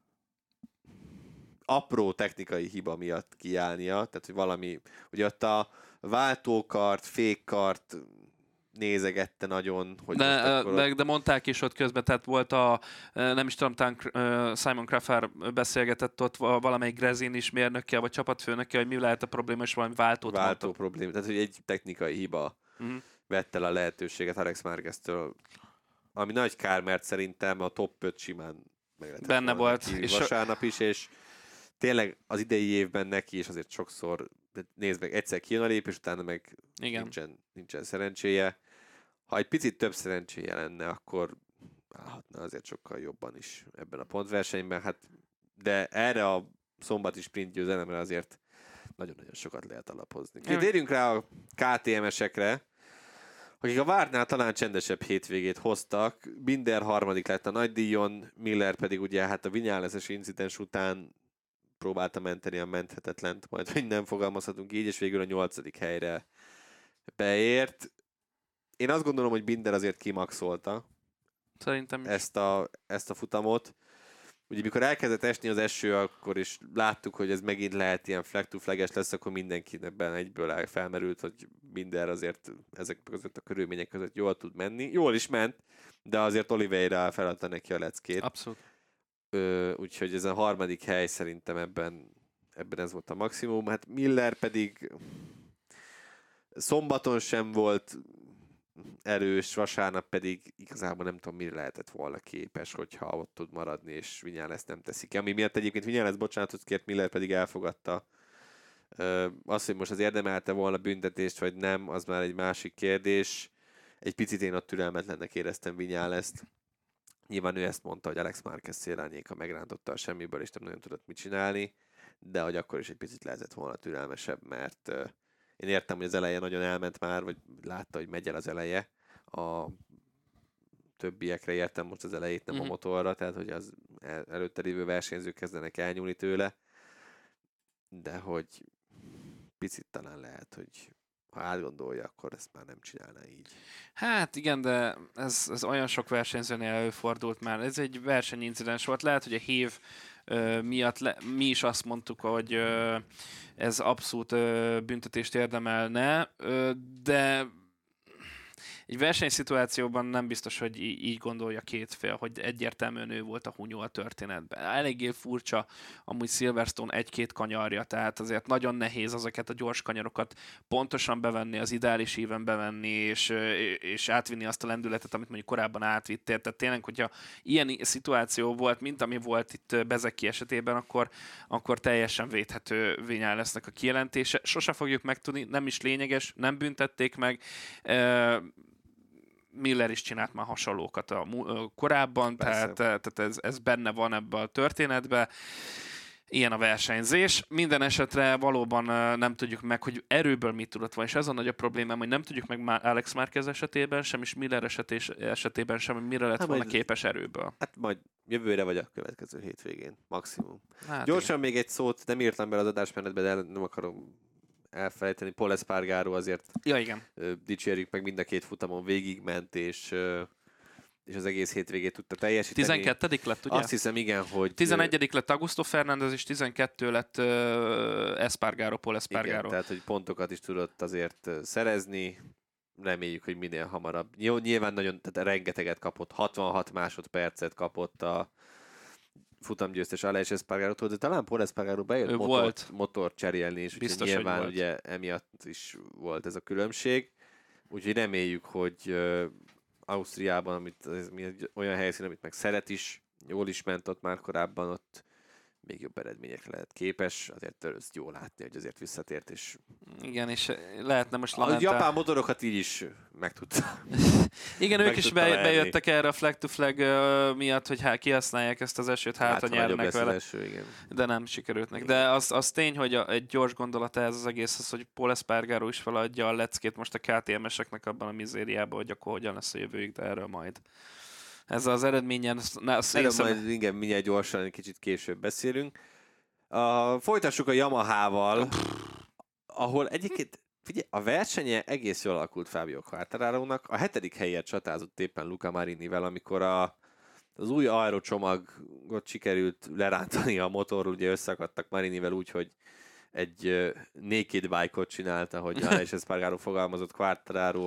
apró technikai hiba miatt kiállnia, tehát hogy valami, ugye ott a váltókart, fékkart nézegette nagyon, hogy de mondták is ott közben, tehát volt nem is tudom, talán Simon Crafer beszélgetett ott valamelyik Grezin is mérnökkel, vagy csapatfőnökkel, hogy mi lehet a probléma, és valami váltó probléma, tehát hogy egy technikai hiba vett el a lehetőséget Alex Márqueztől, ami nagy kár, mert szerintem a top 5 simán meg lehetett benne volt. És vasárnap is, és tényleg az idei évben neki is azért sokszor, nézd meg, egyszer kijön a lépés, utána meg nincsen szerencséje. Ha egy picit több szerencséje lenne, akkor állhatna azért sokkal jobban is ebben a pontversenyben. Hát, de erre a szombati sprint győzelemre azért nagyon-nagyon sokat lehet alapozni. Térjünk rá a KTM-esekre, akik a vártnál talán csendesebb hétvégét hoztak. Binder harmadik lett a nagydíjon, Miller pedig ugye hát a Viñales-es incidens után próbálta menteni a menthetetlent, majd hogy nem fogalmazhatunk így, és végül a 8. helyre beért. Én azt gondolom, hogy Binder azért kimaxolta szerintem ezt a futamot. Ugye mikor elkezdett esni az eső, akkor is láttuk, hogy ez megint lehet ilyen flag-to-flag-es lesz, akkor mindenkiben egyből felmerült, hogy Binder azért ezek között a körülmények között jól tud menni. Jól is ment, de azért Oliveira feladta neki a leckét. Abszolút. Úgyhogy ez a harmadik hely szerintem ebben ez volt a maximum. Hát Miller pedig szombaton sem volt erős, vasárnap pedig igazából nem tudom, mire lehetett volna képes, hogyha ott tud maradni, és Viñales nem teszi ki. Ami miatt egyébként Viñales bocsánatot kért, Miller pedig elfogadta. Az, hogy most az érdemelte volna büntetést, vagy nem, az már egy másik kérdés. Egy picit én ott türelmetlennek éreztem Viñalest. Nyilván ő ezt mondta, hogy Alex Márquez szélárnyéka megrántotta a semmiből, és nem nagyon tudott mit csinálni, de hogy akkor is egy picit lehetett volna türelmesebb, mert én értem, hogy az eleje nagyon elment már, vagy látta, hogy megy el az eleje. A többiekre értem most az elejét, nem a motorra, tehát hogy az előtte lévő versenyzők kezdenek elnyúlni tőle, de hogy picit talán lehet, hogy ha átgondolja, akkor ezt már nem csinálná így. Hát igen, de ez olyan sok versenyzőnél előfordult már. Ez egy versenyincidens volt. Lehet, hogy a hív miatt mi is azt mondtuk, hogy ez abszolút büntetést érdemelne, de egy versenyszituációban nem biztos, hogy így gondolja két fél, hogy egyértelműen ő volt a hunyó a történetben. Eléggé furcsa amúgy Silverstone egy-két kanyarja, tehát azért nagyon nehéz ezeket a gyors kanyarokat pontosan bevenni, az ideális íven bevenni, és átvinni azt a lendületet, amit mondjuk korábban átvittél. Tehát tényleg, hogyha ilyen szituáció volt, mint ami volt itt Bezeki esetében, akkor teljesen védhető Vinyá lesznek a kijelentése. Sose fogjuk megtudni, nem is lényeges, nem büntették meg. Miller is csinált már hasonlókat korábban, tehát ez benne van ebben a történetben. Ilyen a versenyzés. Minden esetre valóban nem tudjuk meg, hogy erőből mit tudott volna, és ez a nagy a problémám, hogy nem tudjuk meg már Alex Márquez esetében, sem is Miller esetében sem, hogy mire lett volna képes erőből. Hát majd jövőre vagy a következő hétvégén, maximum. Hát gyorsan még egy szót, nem írtam bele az adásmenetbe, de nem akarom elfelejteni. Pol Espargaró azért igen. Dicsérjük meg, mind a két futamon végigment, és az egész hétvégét tudta teljesíteni. 12. lett, ugye? Azt hiszem, igen, hogy... 11. lett Augusto Fernández, és 12 lett Espargaró, Pol Espargaró. Igen, tehát, hogy pontokat is tudott azért szerezni. Reméljük, hogy minél hamarabb. Jó, nyilván nagyon, tehát rengeteget kapott, 66 másodpercet kapott a futamgyőztes Alex Espargarótól, de talán Pol Espargaró bejött motor cserélni, és biztos, nyilván ugye emiatt is volt ez a különbség. Úgyhogy reméljük, hogy Ausztriában, olyan helyszín, amit meg szeret is, jól is ment ott már korábban, ott még jobb eredményekre lehet képes, azért ezt jó látni, hogy azért visszatért, és... Igen, és lehetne most a japán motorokat így is meg tudta. Igen, ők is bejöttek erre a flag-to-flag miatt, hogy kihasználják ezt az esőt, hát a nyernek vele. Eső, igen. De nem sikerült neki. De az tény, hogy egy gyors gondolata ez az egész, az, hogy Pol Espargaró is feladja a leckét most a KTM-eseknek abban a mizériában, hogy akkor hogyan lesz a jövőjük, de erről majd. Ez az eredményen... Erről majd igen, mindjárt gyorsan, egy kicsit később beszélünk. Folytassuk a Yamahával, ahol egyébként figyelj, a versenye egész jól alakult Fabio Quartararónak. A 7. helyért csatázott éppen Luca Marinivel, amikor az új aero csomagot sikerült lerántani a motorról, ugye összeakadtak Marinivel úgy, hogy egy naked bike-ot csinált, ahogy Alex Espargaró fogalmazott, Quartararo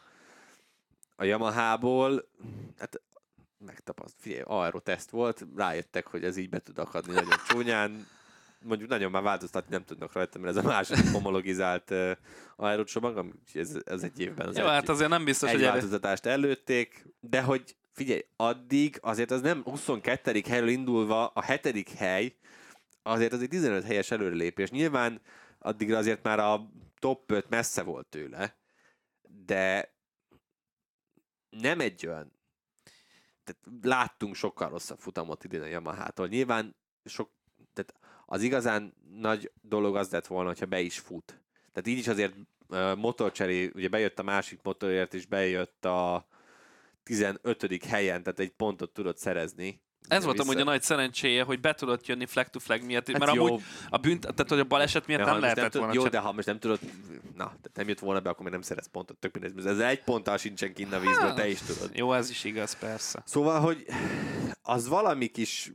a Yamahából. Hát figyelj, aeroteszt volt, rájöttek, hogy ez így be tud akadni nagyon csúnyán. Mondjuk nagyon már változtatni nem tudnak rajta, mert ez a második homologizált aerocsomag, ez egy évben az hát azért nem biztos, egy változtatást előtték, de hogy figyelj, addig azért az nem 22. helyről indulva a 7. hely, azért az egy 15 helyes előrelépés. Nyilván addigra azért már a top 5 messze volt tőle, de nem egy olyan, tehát láttunk sokkal rosszabb futamot idén a Yamahától. Nyilván tehát az igazán nagy dolog az lett volna, hogyha be is fut. Tehát így is azért motorcseré, ugye bejött a másik motorért, és bejött a 15. helyen, tehát egy pontot tudott szerezni. Ez volt amúgy a nagy szerencséje, hogy be tudott jönni flag-to-flag miatt, hát mert amúgy tehát hogy a baleset miatt nem lehetett volna. Jó, de ha most nem tudod, tehát nem jött volna be, akkor még nem szerez pontot. Tök mindegy. Ez egy ponttal sincsen kinn a vízből, te is tudod. Jó, ez is igaz, persze. Szóval, hogy az valami kis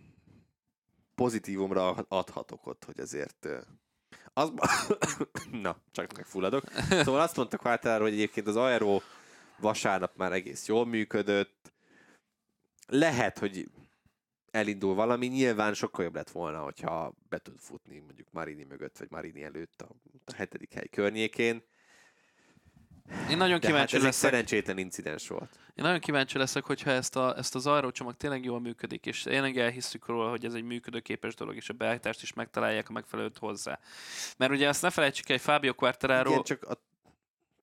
pozitívumra adhatok ott, hogy azért na, csak megfulladok. Szóval azt mondtak Quartararo, hogy egyébként az aero vasárnap már egész jól működött. Lehet, hogy elindul valami, nyilván sokkal jobb lett volna, hogyha be tud futni mondjuk Marini mögött, vagy Marini előtt a 7. hely környékén. Én nagyon kíváncsi leszek. Ez egy szerencsétlen incidens volt. Én nagyon kíváncsi leszek, hogyha ezt az aerocsomag tényleg jól működik, és tényleg elhisszük róla, hogy ez egy működőképes dolog, és a beállítást is megtalálják a megfelelőt hozzá. Mert ugye azt ne felejtsük el, hogy Fabio Quartararo... Igen, csak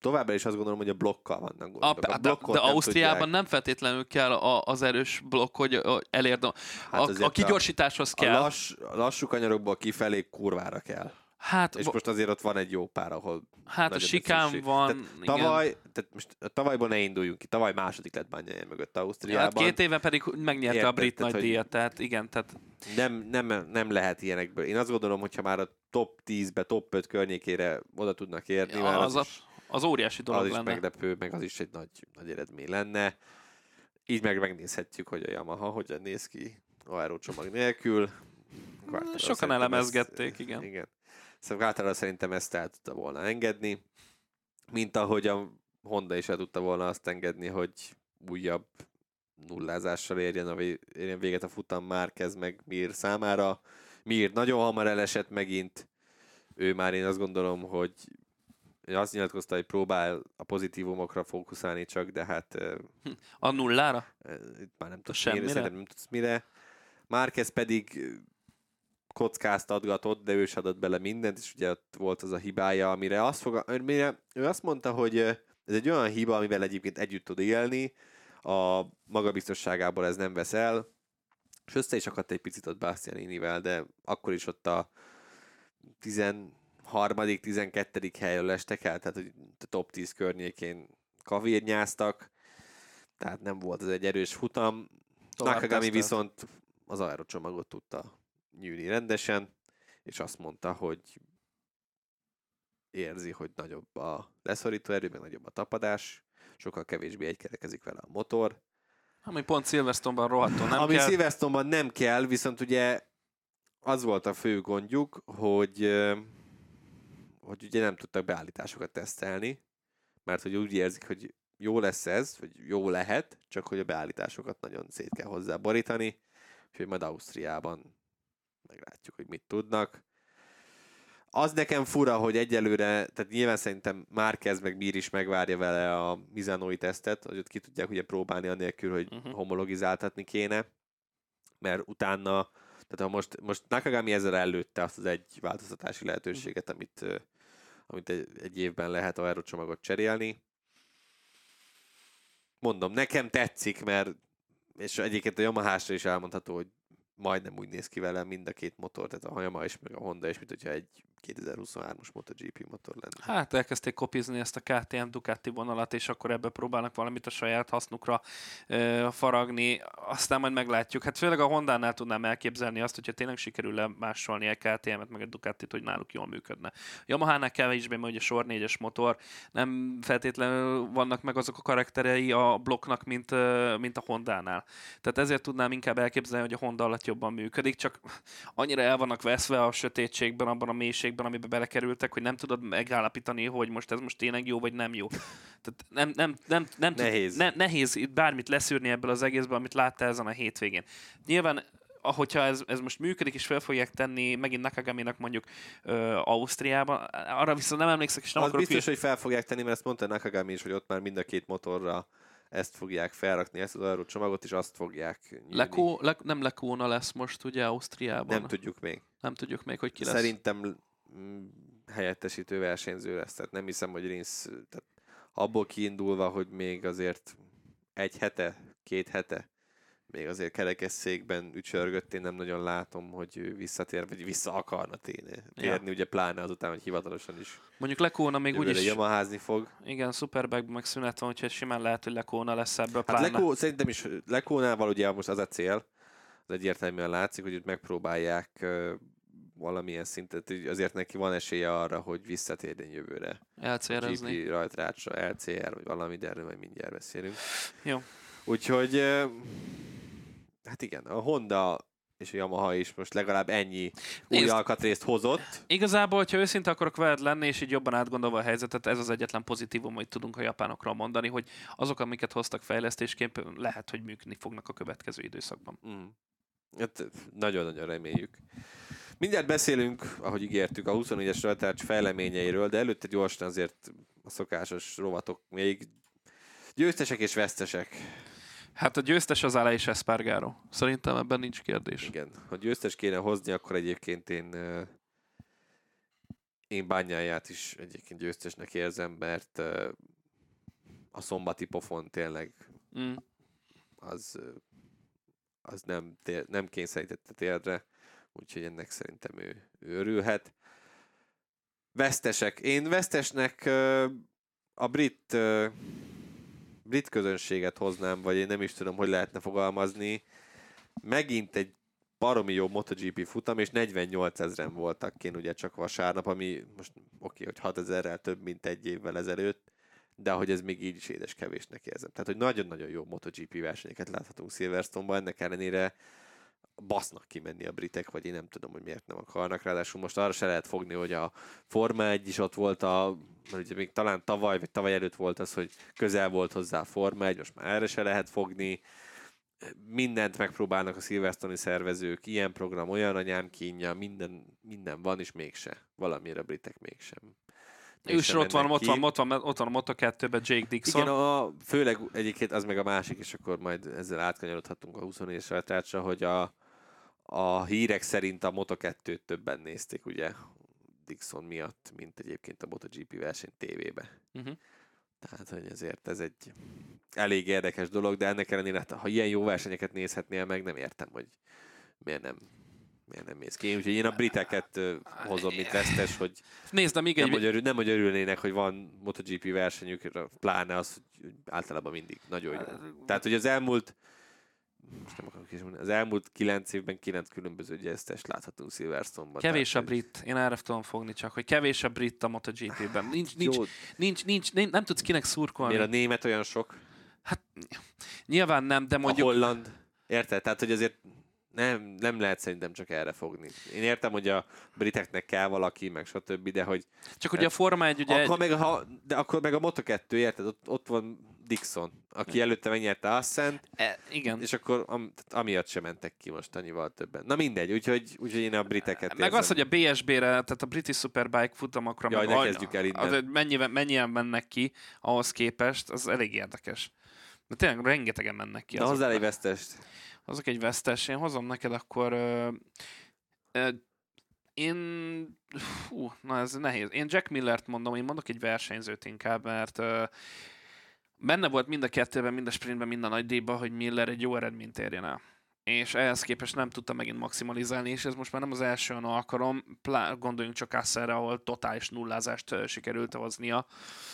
továbbra is azt gondolom, hogy a blokkal vannak gondok. De Ausztriában nem feltétlenül kell az erős blokk, hogy elérd a kigyorsításhoz kell. A lassú kanyarokból kifelé kurvára kell. Hát, és most azért ott van egy jó pár, ahol a sikán van. Tavalyból ne induljunk ki. Tavaly második lett Bagnaia mögött Ausztriában. Hát 2 éve pedig megnyerte a brit nagydíjat, tehát igen. Tehát... Nem lehet ilyenekből. Én azt gondolom, hogyha már a top 10-be, top 5 környékére oda tudnak érni, az óriási dolog az lenne. Az is meglepő, meg az is egy nagy eredmény lenne. Így megnézhetjük, hogy a Yamaha hogyan néz ki aerócsomag nélkül. Sokan elemezgették, igen. Szóval általában szerintem ezt el tudta volna engedni, mint ahogy a Honda is el tudta volna azt engedni, hogy újabb nullázással érjen véget a futam Márquez meg Mir számára. Mir nagyon hamar elesett megint, ő már én azt gondolom, hogy azt nyilatkozta, hogy próbál a pozitívumokra fókuszálni csak, de hát... A nullára? Itt már nem tudsz mire. Márquez pedig kockáztatgatott, de ő is adott bele mindent, és ugye ott volt az a hibája, amire ő azt mondta, hogy ez egy olyan hiba, amivel egyébként együtt tud élni, a magabiztosságából ez nem vesz el, és össze is akadt egy picit ott Bastianinivel, de akkor is ott a 13., 12. helyről estek el, tehát a top 10 környékén kavérnyáztak, tehát nem volt ez egy erős futam. Nakagami viszont az aerocsomagot tudta nyűni rendesen, és azt mondta, hogy érzi, hogy nagyobb a leszorító erő, meg nagyobb a tapadás, sokkal kevésbé egykerekezik vele a motor. Ami pont Silverstone-ban rohadtul nem Ami kell. Silverstone-ban nem kell, viszont ugye az volt a fő gondjuk, hogy ugye nem tudtak beállításokat tesztelni, mert hogy úgy érzik, hogy jó lesz ez, vagy jó lehet, csak hogy a beállításokat nagyon szét kell hozzá borítani, úgyhogy majd Ausztriában meglátjuk, hogy mit tudnak. Az nekem fura, hogy egyelőre, tehát nyilván szerintem Márquez meg Mir is megvárja vele a Misano-i tesztet, hogy ott ki tudják ugye próbálni anélkül, hogy homologizáltatni kéne, mert utána, tehát ha most Nakagami ezzel előtte azt az egy változtatási lehetőséget, amit egy évben lehet aerocsomagot cserélni. Mondom, nekem tetszik, mert és egyébként a Yamaha-sra is elmondható, hogy majdnem úgy néz ki vele mind a két motor, tehát a Yamaha is, meg a Honda is, mint hogyha egy 2023-as MotoGP motor lenne. Hát elkezdték kopizni ezt a KTM Ducati vonalat, és akkor ebbe próbálnak valamit a saját hasznukra faragni, aztán majd meglátjuk. Hát főleg a Hondánál tudnám elképzelni azt, hogyha tényleg sikerül lemásolni a KTM-et, meg a Ducatit, hogy náluk jól működne. A Yamaha-nál kevésbé, mert ugye sor 4-es motor, nem feltétlenül vannak meg azok a karakterei a blokknak, mint a Hondánál. Tehát ezért tudnám inkább elképzelni, hogy a Honda alatt jobban működik, csak annyira el vannak veszve a sötétségben, abban a mélységben, amiben belekerültek, hogy nem tudod megállapítani, hogy ez most tényleg jó, vagy nem jó. Tehát nehéz itt bármit leszűrni ebből az egészből, amit láttál ezen a hétvégén. Nyilván, ahogyha ez most működik, és fel fogják tenni megint Nakagaminak mondjuk Ausztriában, arra viszont nem emlékszek, és nem az akarok... biztos, hogy fel fogják tenni, mert ezt mondta Nakagami is, hogy ott már mind a két motorra ezt fogják felrakni, ezt az aerocsomagot, és azt fogják nyújni. Nem Lecona lesz most ugye Ausztriában. Nem tudjuk még, hogy ki lesz. Szerintem helyettesítő versenyző lesz, tehát nem hiszem, hogy Rins, tehát abból kiindulva, hogy még azért 1 hete, 2 hete, még azért kerekesszékben ücsörgött, én nem nagyon látom, hogy ő visszatér, vagy vissza akarna térni, ugye pláne azután, hogy hivatalosan is mondjuk Lecona még úgyis Yamaházni fog. Igen, Superbike meg szünet van, úgyhogy simán lehet, hogy Lecona lesz ebből pláne. Hát szerintem is Leconával ugye most az a cél, az egyértelműen látszik, hogy itt megpróbálják valamilyen szintet, azért neki van esélye arra, hogy visszatérjen jövőre. LCR-ezni. GP rajtrácsra, LCR, vagy valami, de erről majd mindjárt beszélünk. Jó. Úgyhogy, hát igen, a Honda és a Yamaha is most legalább ennyi új alkatrészt hozott. Igazából, hogyha őszinte akarok veled lenni, és így jobban átgondolva a helyzetet, ez az egyetlen pozitívum, hogy tudunk a japánokról mondani, hogy azok, amiket hoztak fejlesztésként, lehet, hogy működni fognak a következő időszakban. Hát nagyon-nagyon reméljük. Mindjárt beszélünk, ahogy ígértük, a 24-es rajtrács fejleményeiről, de előtte gyorsan azért a szokásos rovatok még győztesek és vesztesek. Hát a győztes az Aleix Espargaro. Szerintem ebben nincs kérdés. Igen, ha győztes kéne hozni, akkor egyébként én Én Bagnaia-t is egyébként győztesnek érzem, mert a szombati pofon tényleg az nem kényszerítette térdre, úgyhogy ennek szerintem ő örülhet. Vesztesek. Én vesztesnek a brit közönséget hoznám, vagy én nem is tudom, hogy lehetne fogalmazni. Megint egy baromi jó MotoGP futam, és 48 000-en voltak kint ugye csak vasárnap, ami most oké, hogy 6 000-rel több, mint egy évvel ezelőtt, de hogy ez még így is édes kevésnek érzem. Tehát, hogy nagyon-nagyon jó MotoGP versenyeket láthatunk Silverstone-ban, ennek ellenére basznak kimenni a britek, vagy én nem tudom, hogy miért nem akarnak. Ráadásul most arra se lehet fogni, hogy a Forma 1 is ott volt, mert ugye még talán tavaly, vagy tavaly előtt volt az, hogy közel volt hozzá a Forma 1, most már erre se lehet fogni. Mindent megpróbálnak a Silverstone-i szervezők, ilyen program, olyan anyám kínja, minden van, és mégse. Valamiért a britek mégsem. Ő is ott van a Moto2-ben Jake Dixon. Igen, főleg egyébként az meg a másik, és akkor majd ezzel átkanyarodhatunk a 24-es rajtrácsra, hogy a hírek szerint a Moto2-t többen nézték, ugye, Dixon miatt, mint egyébként a MotoGP verseny tévébe. Tehát, hogy ezért ez egy elég érdekes dolog, de ennek ellenére, ha ilyen jó versenyeket nézhetnél meg, nem értem, hogy miért nem mész ki. Úgyhogy én a briteket hozom, mint vesztes, hogy nézd, nem, hogy örülnének, hogy van MotoGP versenyük, pláne az, hogy általában mindig nagyon jó. Tehát, hogy az elmúlt 9 évben 9 különböző győztest láthatunk Silverstone-ban. Kevés a brit, én erre tudom fogni csak, hogy kevés a brit a MotoGP-ben. Nincs, nem tudsz kinek szurkolni. Miért a német olyan sok? Hát nyilván nem, de mondjuk... A holland, érted? Tehát, hogy azért nem lehet szerintem csak erre fogni. Én értem, hogy a briteknek kell valaki, meg stb., de hogy... Csak ugye a Forma 1 ugye... Akkor meg a Moto2, érted? Ott van Dixon, aki előtte megnyerte Assent, igen. És akkor amiatt sem mentek ki most annyival többen. Na mindegy, úgyhogy én a briteket meg az, hogy a BSB-re, tehát a British Superbike futamokra... Jaj, ne kezdjük el innen. Mennyien mennek ki ahhoz képest, az elég érdekes. De tényleg rengetegen mennek ki. Na hozzá egy vesztest. Azok egy vesztes. Én hozom neked akkor... na ez nehéz. Én Jack Millert mondom, én mondok egy versenyzőt inkább, mert benne volt mind a kettőben, mind a sprintben, mind a nagy díjban, hogy Miller egy jó eredményt érjen el. És ehhez képest nem tudta megint maximalizálni, és ez most már nem az első alkalom, gondoljunk csak Asserre, ahol totális nullázást sikerült hoznia.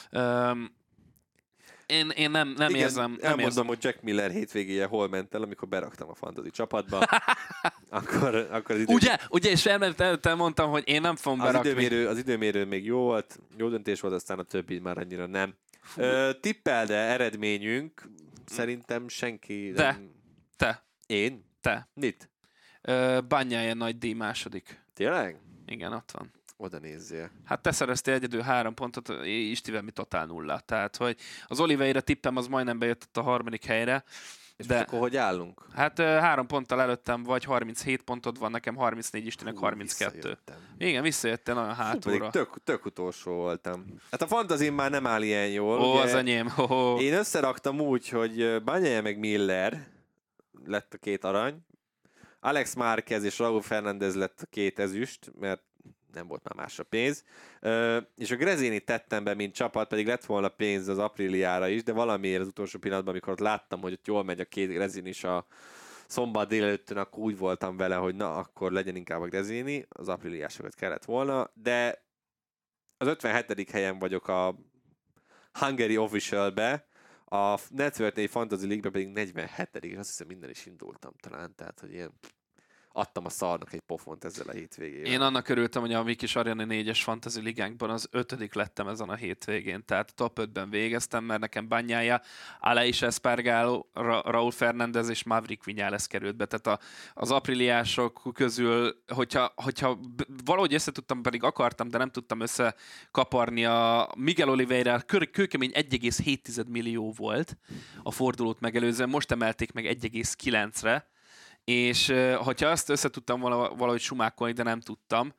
Én nem igen, érzem. Elmondom, hogy Jack Miller hétvégéje hol ment el, amikor beraktam a fantasy csapatba. akkor az Ugye, és elmondtam, hogy én nem fogom berakni. Az időmérő még jó volt, jó döntés volt, aztán a többi már annyira nem. Tippel, de eredményünk szerintem senki nem... Te. Én? Te. Mit? Bagnaia nagy díj második. Tényleg? Igen, ott van. Oda nézzél. Hát te szereztél egyedül 3 pontot, Istivel mi totál 0. Tehát, hogy az Oliveira tippem az majdnem bejött a 3. helyre. És de akkor hogy állunk? Hát 3 ponttal előttem vagy, 37 pontod van, nekem 34, Istinek 32. Visszajöttem. Igen, visszajöttél nagyon hátulra. Tök utolsó voltam. Hát a fantazim már nem áll ilyen jól. Ó, az enyém. Én összeraktam úgy, hogy Bagnaia meg Miller lett a 2 arany, Alex Márquez és Raúl Fernández lett a 2 ezüst, mert nem volt már másra pénz. És a Gresini tettem be, mint csapat, pedig lett volna pénz az Apriliára is, de valamiért az utolsó pillanatban, amikor ott láttam, hogy ott jól megy a 2 Gresini is a szombat délelőttön, akkor úgy voltam vele, hogy na, akkor legyen inkább a Gresini, az Apriliásokat kellett volna, de az 57. helyen vagyok a Hungary Official-be, a Network 4 Fantasy League-be pedig 47. és azt hiszem minden is indultam talán, tehát hogy ilyen adtam a szarnak egy pofont ezzel a hétvégével. Én annak örültem, hogy a mi kis Ariane 4-es fantasy ligánkban az 5. lettem ezen a hétvégén, tehát top 5-ben végeztem, mert nekem Bagnaia, Aleix Espargaro, Raúl Fernández és Maverick Viñales került be, tehát az apriliások közül, hogyha valahogy összetudtam, pedig akartam, de nem tudtam összekaparni a Miguel Oliveira, kőkemény 1,7 millió volt a fordulót megelőzően, most emelték meg 1,9-re, és hogyha azt összetudtam valahogy sumákolni, de nem tudtam,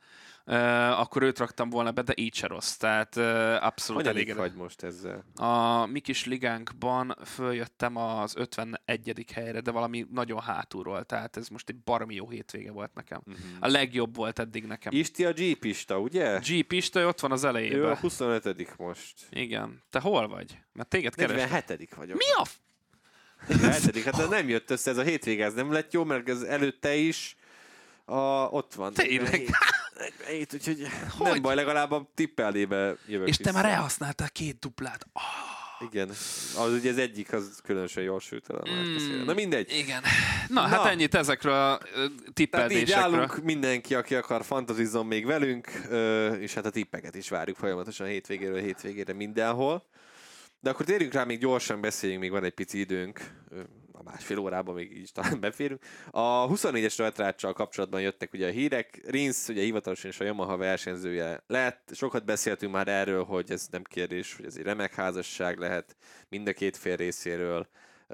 akkor őt raktam volna be, de így se rossz. Tehát abszolút elégedett. Vagy most ezzel? A mi kis ligánkban följöttem az 51. helyre, de valami nagyon hátulról, tehát ez most egy baromi jó hétvége volt nekem. A legjobb volt eddig nekem. Isti a G-pista, ugye? G-pista, ott van az elejében. Ő a 25. most. Igen. Te hol vagy? Mert téged kerestem. 47. vagyok. Mi a 47. Hát nem jött össze ez a hétvége, ez nem lett jó, mert az előtte is ott van. Tényleg? Úgyhogy nem baj, legalább a tippelébe jövök. És te már elhasználtál 2 duplát. Igen, az ugye az egyik, az különösen jól sült el. Na mindegy. Igen. Na, hát ennyit ezekről a tippeldésekről. Tehát így állunk, mindenki, aki akar, fantazizzon még velünk, és hát a tippeket is várjuk folyamatosan hétvégére mindenhol. De akkor térjünk rá, még gyorsan beszéljünk, még van egy pici időnk, a másfél órában még így talán beférünk. A 24-es rajtráccsal kapcsolatban jöttek ugye a hírek. Rins ugye hivatalosan is a Yamaha versenyzője lett. Sokat beszéltünk már erről, hogy ez nem kérdés, hogy ez egy remek házasság lehet mind a két fél részéről.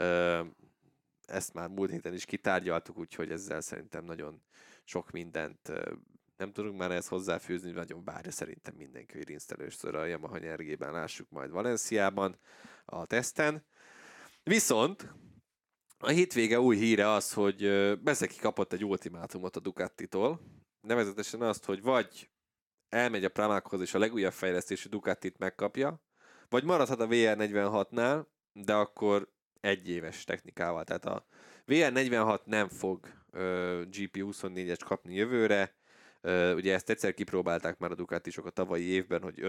Ezt már múlt héten is kitárgyaltuk, úgyhogy ezzel szerintem nagyon sok mindent nem tudunk már ezt hozzáfűzni, nagyon várja szerintem mindenki, hogy Rinst először a Yamaha nyergében lássuk majd Valenciában a teszten. Viszont a hétvége új híre az, hogy Bezzecchi kapott egy ultimátumot a Ducatitól, nevezetesen azt, hogy vagy elmegy a Pramac-hoz és a legújabb fejlesztésű Ducatit megkapja, vagy maradhat a VR46-nál, de akkor egyéves technikával. Tehát a VR46 nem fog GP24-et kapni jövőre. Ugye ezt egyszer kipróbálták már a Ducatisok a tavalyi évben, hogy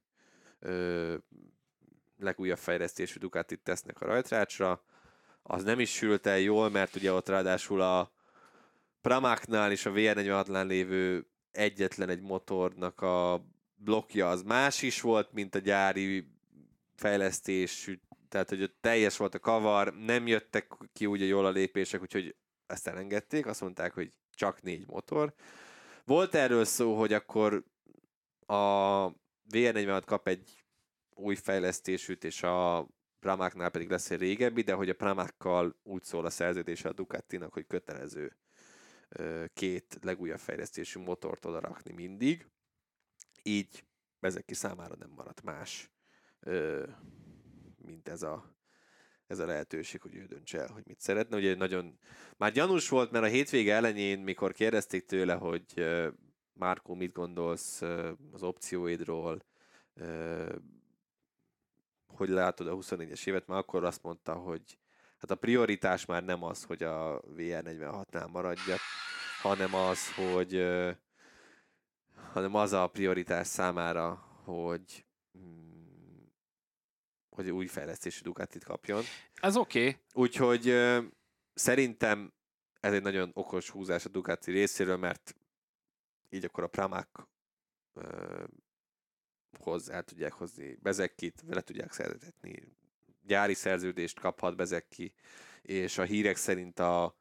5 legújabb fejlesztésű Ducatit tesznek a rajtrácsra. Az nem is sült el jól, mert ugye ott ráadásul a Pramac-nál és a VR46-nál lévő egyetlen egy motornak a blokkja az más is volt, mint a gyári fejlesztésű, tehát hogy ott teljes volt a kavar, nem jöttek ki ugye jól a lépések, úgyhogy ezt elengedték, azt mondták, hogy csak 4 motor. Volt erről szó, hogy akkor a VR46 kap egy új fejlesztésűt, és a Pramac-nál pedig lesz egy régebbi, de hogy a Pramac-kal úgy szól a szerződése a Ducatinak, hogy kötelező 2 legújabb fejlesztésű motort oda rakni mindig. Így Bezzecchi számára nem maradt más, mint ez a lehetőség, hogy ő döntse el, hogy mit szeretne. Ugye nagyon már gyanús volt, mert a hétvége elején, mikor kérdezték tőle, hogy Márkó, mit gondolsz az opcióidról, hogy látod a 24-es évet, már akkor azt mondta, hogy hát a prioritás már nem az, hogy a VR46-nál maradjak, hanem az a prioritás számára, hogy új fejlesztésű Ducatit kapjon. Ez oké. Úgyhogy szerintem ez egy nagyon okos húzás a Ducati részéről, mert így akkor a Pramac-hoz el tudják hozni Bezzeckit, le tudják szerződtetni, gyári szerződést kaphat Bezzecchi, és a hírek szerint a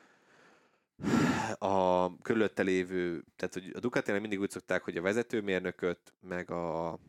körülötte lévő, tehát hogy a Ducatinál mindig úgy szokták, hogy a vezetőmérnököt, meg a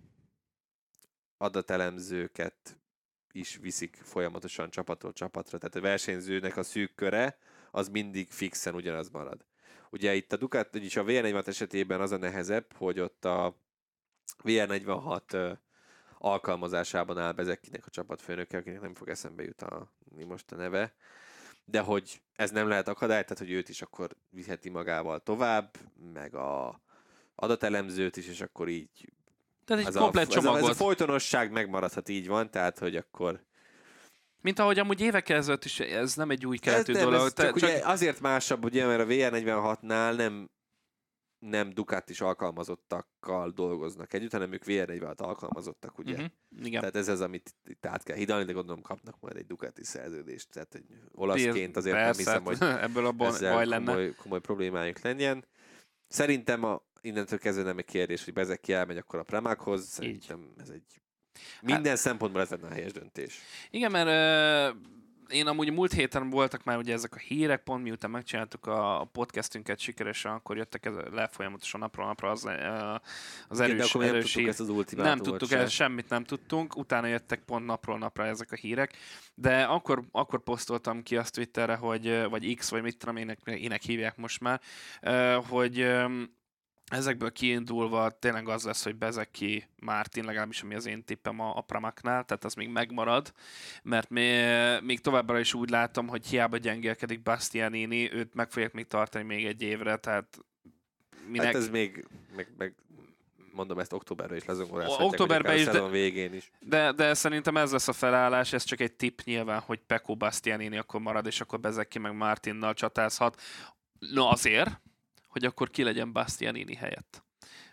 adatelemzőket is viszik folyamatosan csapatról csapatra, tehát a versenyzőnek a szűk köre az mindig fixen ugyanaz marad. Ugye itt a Ducati, vagyis a VR46 esetében az a nehezebb, hogy ott a VR46 alkalmazásában áll Bezzecchinek a csapatfőnöke, akinek nem fog eszembe jutni most a neve, de hogy ez nem lehet akadály, tehát hogy őt is akkor viheti magával tovább, meg a adatelemzőt is, és akkor így tehát egy komplett csomagot. Ez a folytonosság megmaradhat, így van, tehát hogy akkor... Mint ahogy amúgy évekkel ezelőtt is, ez nem egy új keletű dolog. Csak ugye azért másabb, ugye, mert a VR46-nál nem Ducatis alkalmazottakkal dolgoznak együtt, hanem ők VR46 alkalmazottak, ugye? Igen. Tehát ez az, amit itt át kell hidalni, de gondolom kapnak majd egy Ducati szerződést. Tehát hogy olaszként azért persze, nem hiszem, hogy ebből a baj lenne. Komoly problémájuk legyen. Szerintem innentől kezdve nem egy kérdés, hogy Bezzecchi elmegy akkor a Pramac-hoz. Szerintem ez egy minden szempontból ez lenne a helyes döntés. Igen, mert én amúgy múlt héten voltak már ugye ezek a hírek, pont miután megcsináltuk a podcastünket sikeresen, akkor jöttek le folyamatosan napról napra az erős hír. Ezt az nem tudtuk ezt, semmit nem tudtunk, utána jöttek pont napról napra ezek a hírek, de akkor posztoltam ki azt Twitterre, hogy, vagy X, vagy mit tudom, ének hívják most már, hogy ezekből kiindulva tényleg az lesz, hogy Bezeki, Martin, legalábbis ami az én tippem a Pramaknál, tehát az még megmarad, mert még továbbra is úgy látom, hogy hiába gyengélkedik Bastianini, őt meg fogják még tartani még egy évre, tehát minek... Hát ez még mondom, ezt októberben is lezongorázhatják, októberben is, a szezon végén is. De szerintem ez lesz a felállás, ez csak egy tipp nyilván, hogy Pecco Bastianini akkor marad, és akkor Bezeki meg Martinnal csatázhat. No azért, hogy akkor ki legyen Bastianini helyett.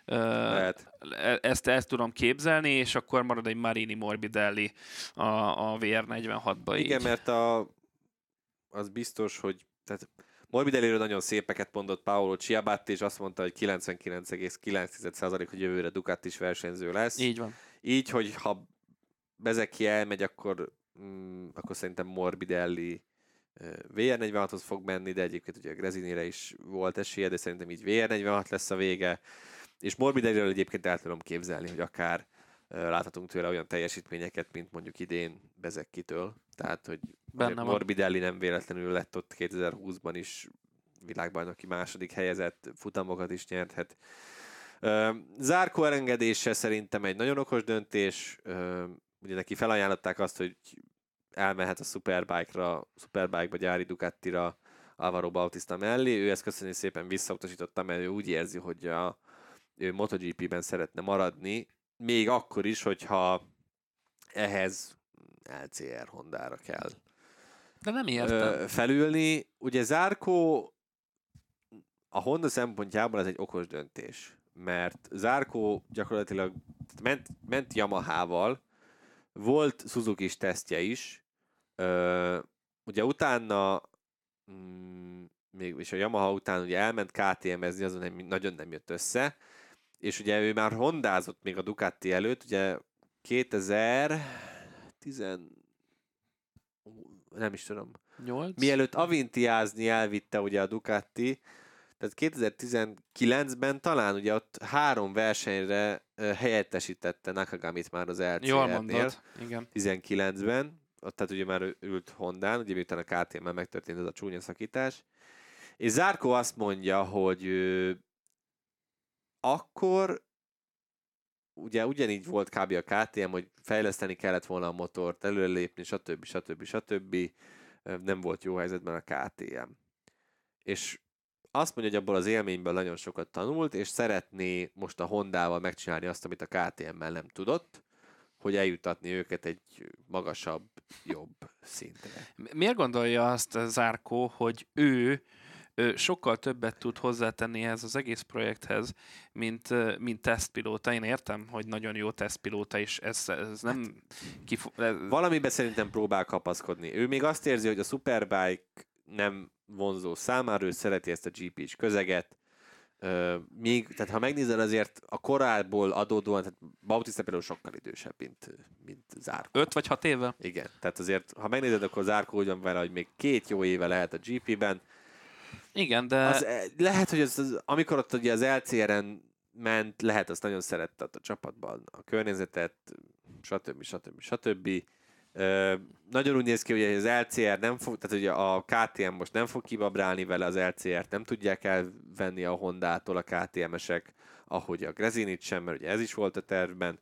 Ezt tudom képzelni, és akkor marad egy Marini Morbidelli a VR46-ba. Igen, így. Mert az biztos, hogy tehát Morbidelliről nagyon szépeket mondott Paolo Ciabatti, és azt mondta, hogy 99,9% hogy jövőre Ducatis versenyző lesz. Így van. Így, hogy ha Bezeki elmegy, akkor szerintem Morbidelli VR46-hoz fog menni, de egyébként ugye a Gresinire is volt esélye, de szerintem így VR46 lesz a vége. És Morbidelliről egyébként el tudom képzelni, hogy akár láthatunk tőle olyan teljesítményeket, mint mondjuk idén Bezekitől. Tehát, hogy Morbidelli nem véletlenül lett ott 2020-ban is világbajnoki második helyezett, futamokat is nyerthet. Zarco elengedése szerintem egy nagyon okos döntés. Ugye neki felajánlották azt, hogy elmehet a Superbike-ba gyári Ducatira Alvaro Bautista mellé. Ő ezt köszönni szépen visszautasította, mert ő úgy érzi, hogy ő MotoGP-ben szeretne maradni, még akkor is, hogyha ehhez LCR Hondára kell de nem értem. Felülni. Ugye Zarco a Honda szempontjából ez egy okos döntés, mert Zarco gyakorlatilag ment Yamahával, volt Suzuki-s tesztje is, ugye utána és a Yamaha után ugye elment KTM-ezni, azon nagyon nem jött össze, és ugye ő már hondázott még a Ducati előtt, ugye 2010 nem is tudom. 8? Mielőtt Avintiázni elvitte ugye a Ducati, tehát 2019-ben talán ugye ott 3 versenyre helyettesítette Nakagamit már az LCR-nél. Jól mondod, igen. 19-ben, ott tehát ugye már ült Hondán, ugye miután a KTM-mel megtörtént ez a csúnya szakítás. És Zarco azt mondja, hogy akkor ugye ugyanígy volt kb. A KTM, hogy fejleszteni kellett volna a motort, előrelépni, stb. Nem volt jó helyzetben a KTM. És azt mondja, hogy abból az élményből nagyon sokat tanult, és szeretné most a Hondával megcsinálni azt, amit a KTM-mel nem tudott, hogy eljutatni őket egy magasabb, jobb szintre. Miért gondolja azt Zarco, hogy ő sokkal többet tud hozzátenni ehhez az egész projekthez, mint tesztpilóta? Én értem, hogy nagyon jó tesztpilóta, és ez nem... Valamiben szerintem próbál kapaszkodni. Ő még azt érzi, hogy a Superbike nem vonzó számára, ő szereti ezt a GP-s közeget. Tehát ha megnézel azért a korából adódóan, tehát Bautista például sokkal idősebb, mint Zarco. 5 vagy 6 éve? Igen, tehát azért ha megnézed, akkor Zarco úgy van vele, hogy még 2 jó éve lehet a GP-ben. Igen, de... Lehet, hogy amikor ott ugye az LCR-en ment, lehet, azt nagyon szerette a csapatban a környezetet, stb. Nagyon úgy néz ki, hogy az LCR nem fog, tehát ugye a KTM most nem fog kibabrálni vele az LCR-t, nem tudják elvenni a Hondától a KTM-esek, ahogy a Gresinit sem, mert ugye ez is volt a tervben.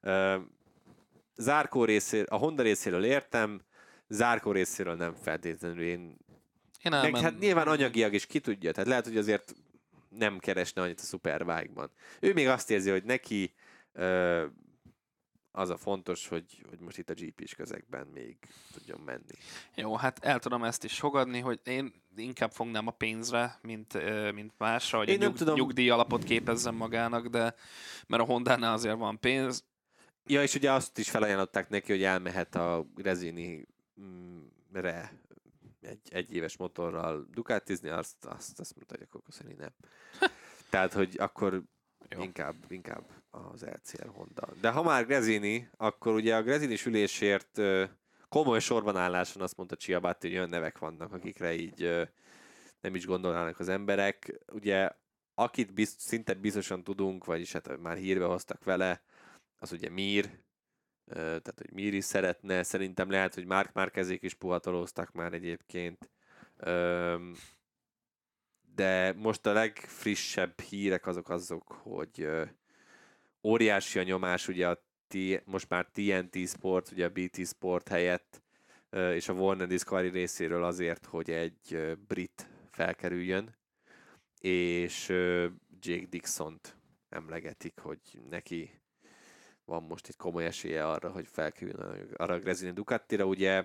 Zarco a Honda részéről értem, Zarco részéről nem feltétlenül hát nyilván anyagiak is ki tudja, tehát lehet, hogy azért nem keresne annyit a Superbike-ban. Ő még azt érzi, hogy neki az a fontos, hogy most itt a GP-s közegben még tudjon menni. Jó, hát el tudom ezt is fogadni, hogy én inkább fognám a pénzre, mint másra, hogy nyugdíj alapot képezzem magának, de mert a Hondánál azért van pénz. Ja, és ugye azt is felajánlották neki, hogy elmehet a Gresini-re egy éves motorral Ducatizni, azt mondta, hogy akkor köszöni nem. Tehát, hogy akkor inkább az LCR Honda. De ha már Gresini, akkor ugye a Gresini ülésért komoly sorbanálláson azt mondta Ciabatti, hogy olyan nevek vannak, akikre így nem is gondolnának az emberek. Ugye, akit szinte biztosan tudunk, vagyis hát már hírbe hoztak vele, az ugye Mir, tehát hogy Mir is szeretne, szerintem lehet, hogy Marc Márquezék is puhatolóztak már egyébként. de most a legfrissebb hírek azok, hogy óriási a nyomás, ugye most már TNT Sport, ugye a BT Sport helyett, és a Warner Discovery részéről azért, hogy egy brit felkerüljön, és Jake Dixont emlegetik, hogy neki van most egy komoly esélye arra, hogy felkerüljön arra a Gresini Ducatira. Ugye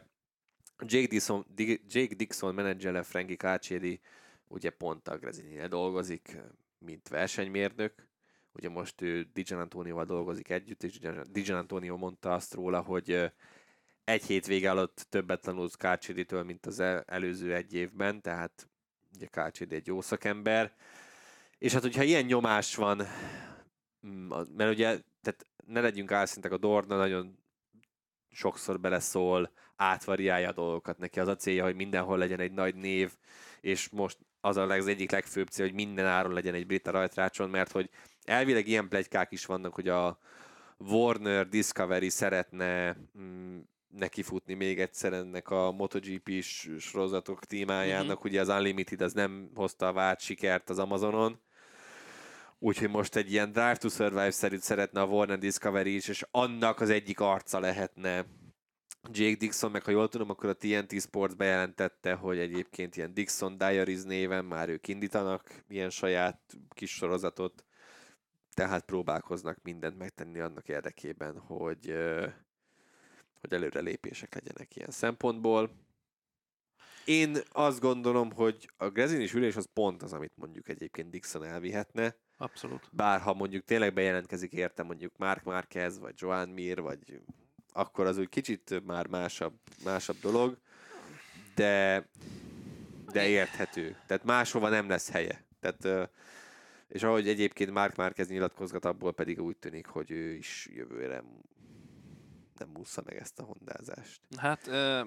Jake Dixon menedzsere Frankie Carcieri ugye pont a Gresininél dolgozik, mint versenymérnök. Ugye most ő Di Giannantonioval dolgozik együtt, és Di Giannantonio mondta azt róla, hogy egy hétvége alatt többet tanult Carcieritől, mint az előző egy évben, tehát ugye Carcieri egy jó szakember. És hát, hogyha ilyen nyomás van, mert ugye, tehát ne legyünk álszintek, a Dorna nagyon sokszor beleszól, átvariálja a dolgokat. Neki az a célja, hogy mindenhol legyen egy nagy név, és most az egyik legfőbb cél, hogy minden áron legyen egy brit a rajtrácson, mert hogy elvileg ilyen pletykák is vannak, hogy a Warner Discovery szeretne nekifutni még egyszer ennek a MotoGP-s sorozatok témájának, ugye az Unlimited az nem hozta a várt sikert az Amazonon, úgyhogy most egy ilyen Drive to Survive szerint szeretne a Warner Discovery is, és annak az egyik arca lehetne Jake Dixon, meg ha jól tudom, akkor a TNT Sports bejelentette, hogy egyébként ilyen Dixon Diaries néven már ők indítanak ilyen saját kis sorozatot, tehát próbálkoznak mindent megtenni annak érdekében, hogy előre lépések legyenek ilyen szempontból. Én azt gondolom, hogy a Gresinis ülés az pont az, amit mondjuk egyébként Dixon elvihetne. Abszolút. Bár ha mondjuk tényleg bejelentkezik érte mondjuk Marc Márquez, vagy Joan Mir, vagy akkor az úgy kicsit már másabb dolog, de érthető. Tehát máshova nem lesz helye. Tehát, és ahogy egyébként Marc Márquez nyilatkozgat, abból pedig úgy tűnik, hogy ő is jövőre nem ússza meg ezt a hondázást. Hát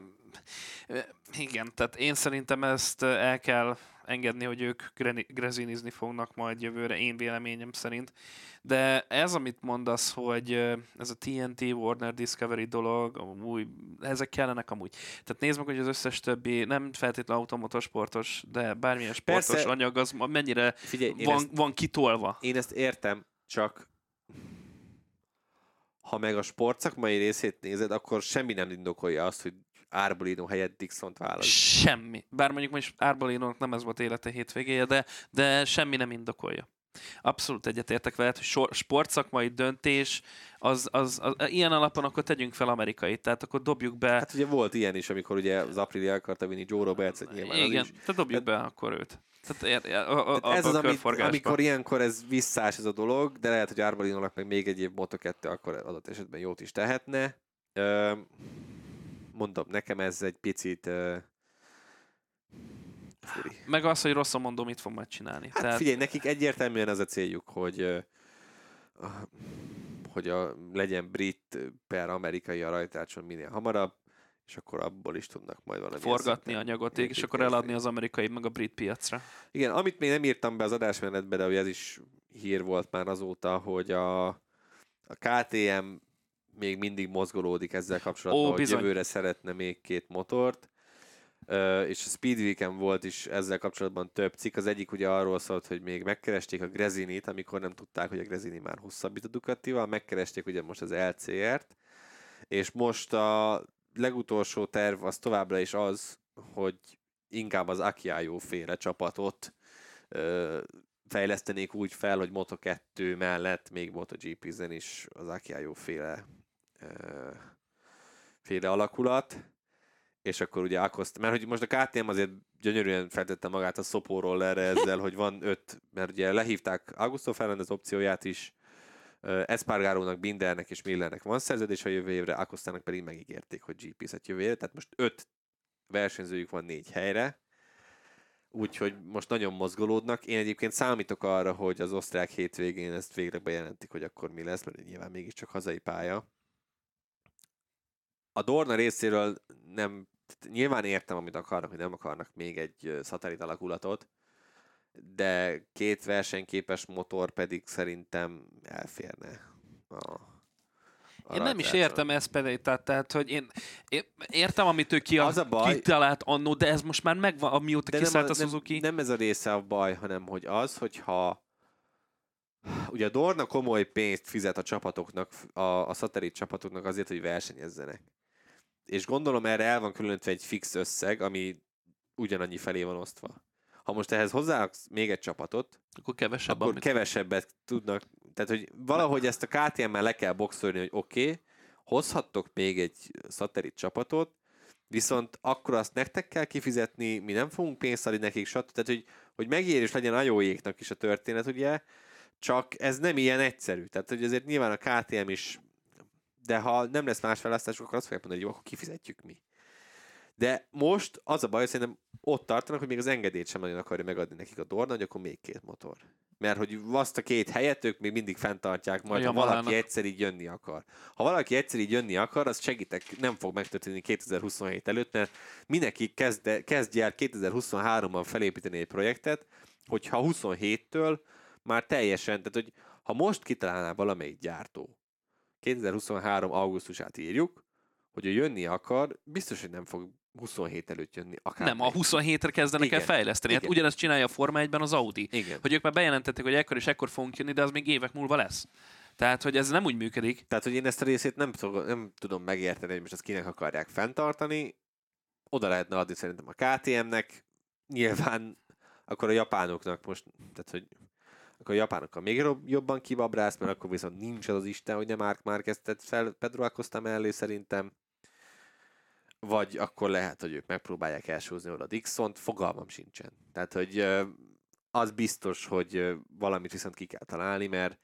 igen, tehát én szerintem ezt el kell engedni, hogy ők grezinizni fognak majd jövőre, én véleményem szerint. De ez, amit mondasz, hogy ez a TNT, Warner Discovery dolog, amúgy, ezek kellenek amúgy. Tehát nézd meg, hogy az összes többi, nem feltétlenül automotorsportos, de bármilyen sportos persze, anyag, az mennyire figyelj, van kitolva. Én ezt értem, csak ha meg a sportszakmai részét nézed, akkor semmi nem indokolja azt, hogy Arbolino helyett Dixont választ. Semmi. Bár mondjuk most Arbolino-nak nem ez volt élete hétvégéje, de semmi nem indokolja. Abszolút egyetértek veled, hogy sportszakmai döntés, az ilyen alapon akkor tegyünk fel amerikait, tehát akkor dobjuk be... Hát ugye volt ilyen is, amikor ugye az Aprilia akarta vinni Joe Roberts-et nyilván. Igen, az is. tehát dobjuk be akkor őt. Tehát ez az, amikor ilyenkor ez visszás ez a dolog, de lehet, hogy Arbolino-nak meg még egy év Moto2, akkor adott esetben jót is tehetne. Mondom, nekem ez egy picit furi. Meg az, hogy rossz a mondó, mit fog majd csinálni. Hát tehát... figyelj, nekik egyértelműen az a céljuk, hogy legyen brit per amerikai a rajtrácson minél hamarabb, és akkor abból is tudnak majd valami forgatni anyagot, és akkor eladni az amerikai meg a brit piacra. Igen, amit még nem írtam be az adásmenetbe, de hogy ez is hír volt már azóta, hogy a KTM még mindig mozgolódik ezzel kapcsolatban, hogy jövőre szeretne még 2 motort, és a Speedweek-en volt is ezzel kapcsolatban több cikk. Az egyik ugye arról szólt, hogy még megkeresték a Gresinit, amikor nem tudták, hogy a Gresini már hosszabbít a Ducatival, megkeresték ugye most az LCR-t, és most a legutolsó terv az továbbra is az, hogy inkább az Acciaio féle csapatot fejlesztenék úgy fel, hogy Moto2 mellett még MotoGP-zen is az Acciaio féle alakulat, és akkor ugye Acosta, mert hogy most a KTM azért gyönyörűen feltette magát a szopóról erre ezzel, hogy van 5, mert ugye lehívták Augusto Fernández opcióját is, Espargarónak, Bindernek és Millernek van szerződés a jövő évre, Acostának pedig megígérték, hogy GP-szet jövő évre, tehát most 5 versenyzőjük van 4 helyre, úgyhogy most nagyon mozgolódnak. Én egyébként számítok arra, hogy az osztrák hétvégén ezt végre bejelentik, hogy akkor mi lesz, mert nyilván mégiscsak hazai pálya. A Dorna részéről nem, nyilván értem, amit akarnak, hogy nem akarnak még egy szatellit alakulatot, de 2 versenyképes motor pedig szerintem elférne Én nem is értem ezt pedig, tehát hogy én értem, amit ő kitalált annó, de ez most már megvan, amióta kiszállt a Suzuki. Nem ez a része a baj, hanem hogy az, hogyha ugye a Dorna komoly pénzt fizet a csapatoknak, a szatellit csapatoknak azért, hogy versenyezzenek. És gondolom erre el van különítve egy fix összeg, ami ugyanannyi felé van osztva. Ha most ehhez hozzáraksz még egy csapatot, akkor kevesebbet tudnak, tehát hogy valahogy ezt a KTM-mel le kell boxolni, hogy oké, hozhattok még egy szatellit csapatot, viszont akkor azt nektek kell kifizetni, mi nem fogunk pénzt adni nekik, stb. Tehát, hogy megérés legyen a jóéknak is a történet, ugye, csak ez nem ilyen egyszerű. Tehát, hogy azért nyilván a KTM is, de ha nem lesz más választásuk, akkor azt fogják mondani, hogy jó, akkor kifizetjük mi. De most az a baj, hogy szerintem ott tartanak, hogy még az engedélyt sem nagyon akarja megadni nekik a Dorna, hogy akkor még 2 motor. Mert hogy azt a 2 helyet ők még mindig fenntartják, majd ha valaki egyszer így jönni akar. Ha valaki egyszer így jönni akar, az segítek, nem fog megtörténni 2027 előtt, mert mindenki kezdje el 2023-ban felépíteni egy projektet, hogyha 27-től már teljesen, tehát hogy ha most kitalálná valamelyik gyártó, 2023 augusztusát írjuk, hogy ő jönni akar, biztos, hogy nem fog 27 előtt jönni. Nem, a 27-re kezdenek el fejleszteni. Hát ugyanezt csinálja a Forma 1-ben az Audi. Igen. Hogy ők már bejelentették, hogy ekkor és ekkor fogunk jönni, de az még évek múlva lesz. Tehát, hogy ez nem úgy működik. Tehát, hogy én ezt a részét nem tudom megérteni, hogy most ezt kinek akarják fenntartani. Oda lehetne adni szerintem a KTM-nek. Nyilván akkor a japánoknak most, tehát, hogy akkor a japánokkal még jobban kibabrász, mert akkor viszont nincs az Isten, hogy nem Marc Márquez-t fel Pedro Acosta mellé szerintem. Vagy akkor lehet, hogy ők megpróbálják elsózni oda Dixont, fogalmam sincsen. Tehát, hogy az biztos, hogy valamit viszont ki kell találni, mert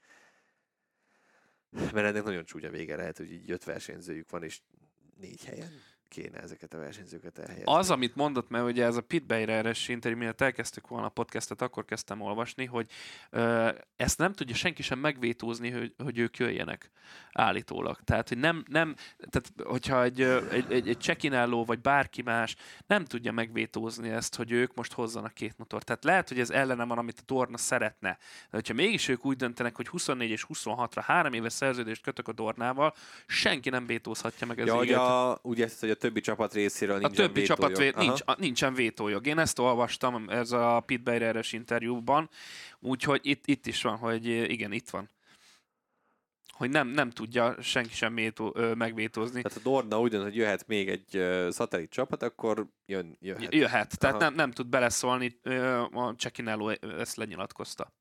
ennek nagyon csúnya vége lehet, hogy így 5 versenyzőjük van, és 4 helyen kéne ezeket a versenyzőket elhelyezni. Az, amit mondott, mert ugye ez a Pit Beirer-es interjú, miért elkezdtük volna a podcastet, akkor kezdtem olvasni, hogy ezt nem tudja senki sem megvétózni, hogy ők jöjjenek állítólag. Tehát, hogy tehát hogyha egy check-in-álló, vagy bárki más nem tudja megvétózni ezt, hogy ők most hozzanak 2 motort. Tehát lehet, hogy ez ellene van, amit a Dorna szeretne. De hogyha mégis ők úgy döntenek, hogy 24 és 26-ra 3 éves szerződést kötök a Dornával, senki nem vétózhatja meg ezt. Ugye ezt, hogy a többi csapat részéről nincsen vétójog. Nincsen vétójog. Én ezt olvastam ez a Pit Beirer-es interjúban, úgyhogy itt is van, hogy igen, itt van. Hogy nem tudja senki sem megvétózni. Tehát a Dorna úgy dönt, hogy jöhet még egy szatellit csapat, akkor jöhet. Jöhet. Tehát nem tud beleszólni, a Cecchinello ezt lenyilatkozta.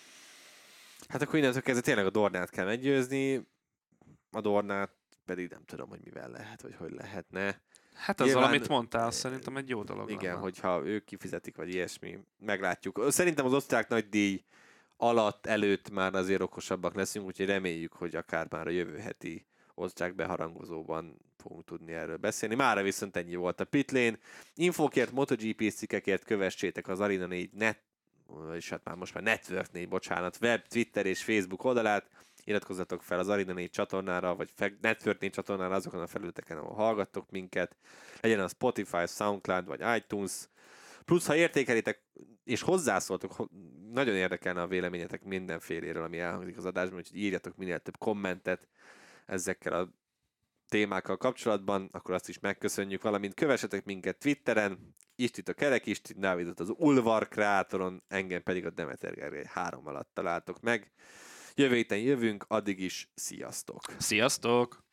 Hát akkor innentől kezdve tényleg a Dornát kell meggyőzni, a Dornát pedig nem tudom, hogy mivel lehet, vagy hogy lehetne. Hát azzal, amit mondtál, szerintem egy jó dolog. Igen, hogyha ők kifizetik, vagy ilyesmi, meglátjuk. Szerintem az osztrák nagydíj előtt már azért okosabbak leszünk, úgyhogy reméljük, hogy akár már a jövő heti osztrák beharangozóban fogunk tudni erről beszélni. Mára viszont ennyi volt a Pitlane. Infókért, MotoGP cikkekért kövessétek az Arena 4 és hát már most már Network 4, web, Twitter és Facebook oldalát. Iratkozzatok fel az Arena 4 csatornára, vagy Network 4 csatornára azokon a felületeken, ahol hallgattok minket. Legyen a Spotify, SoundCloud vagy iTunes. Plusz, ha értékelitek és hozzászóltok, nagyon érdekelne a véleményetek mindenféléről, ami elhangzik az adásban, úgyhogy írjatok minél több kommentet ezekkel a témákkal kapcsolatban, akkor azt is megköszönjük, valamint kövessetek minket Twitteren, Istit a Kerek Istit, Dávidot az Ulvar kreátoron, engem pedig a Demeter Gergely 3 alatt találtok meg. Jövő héten jövünk, addig is sziasztok! Sziasztok!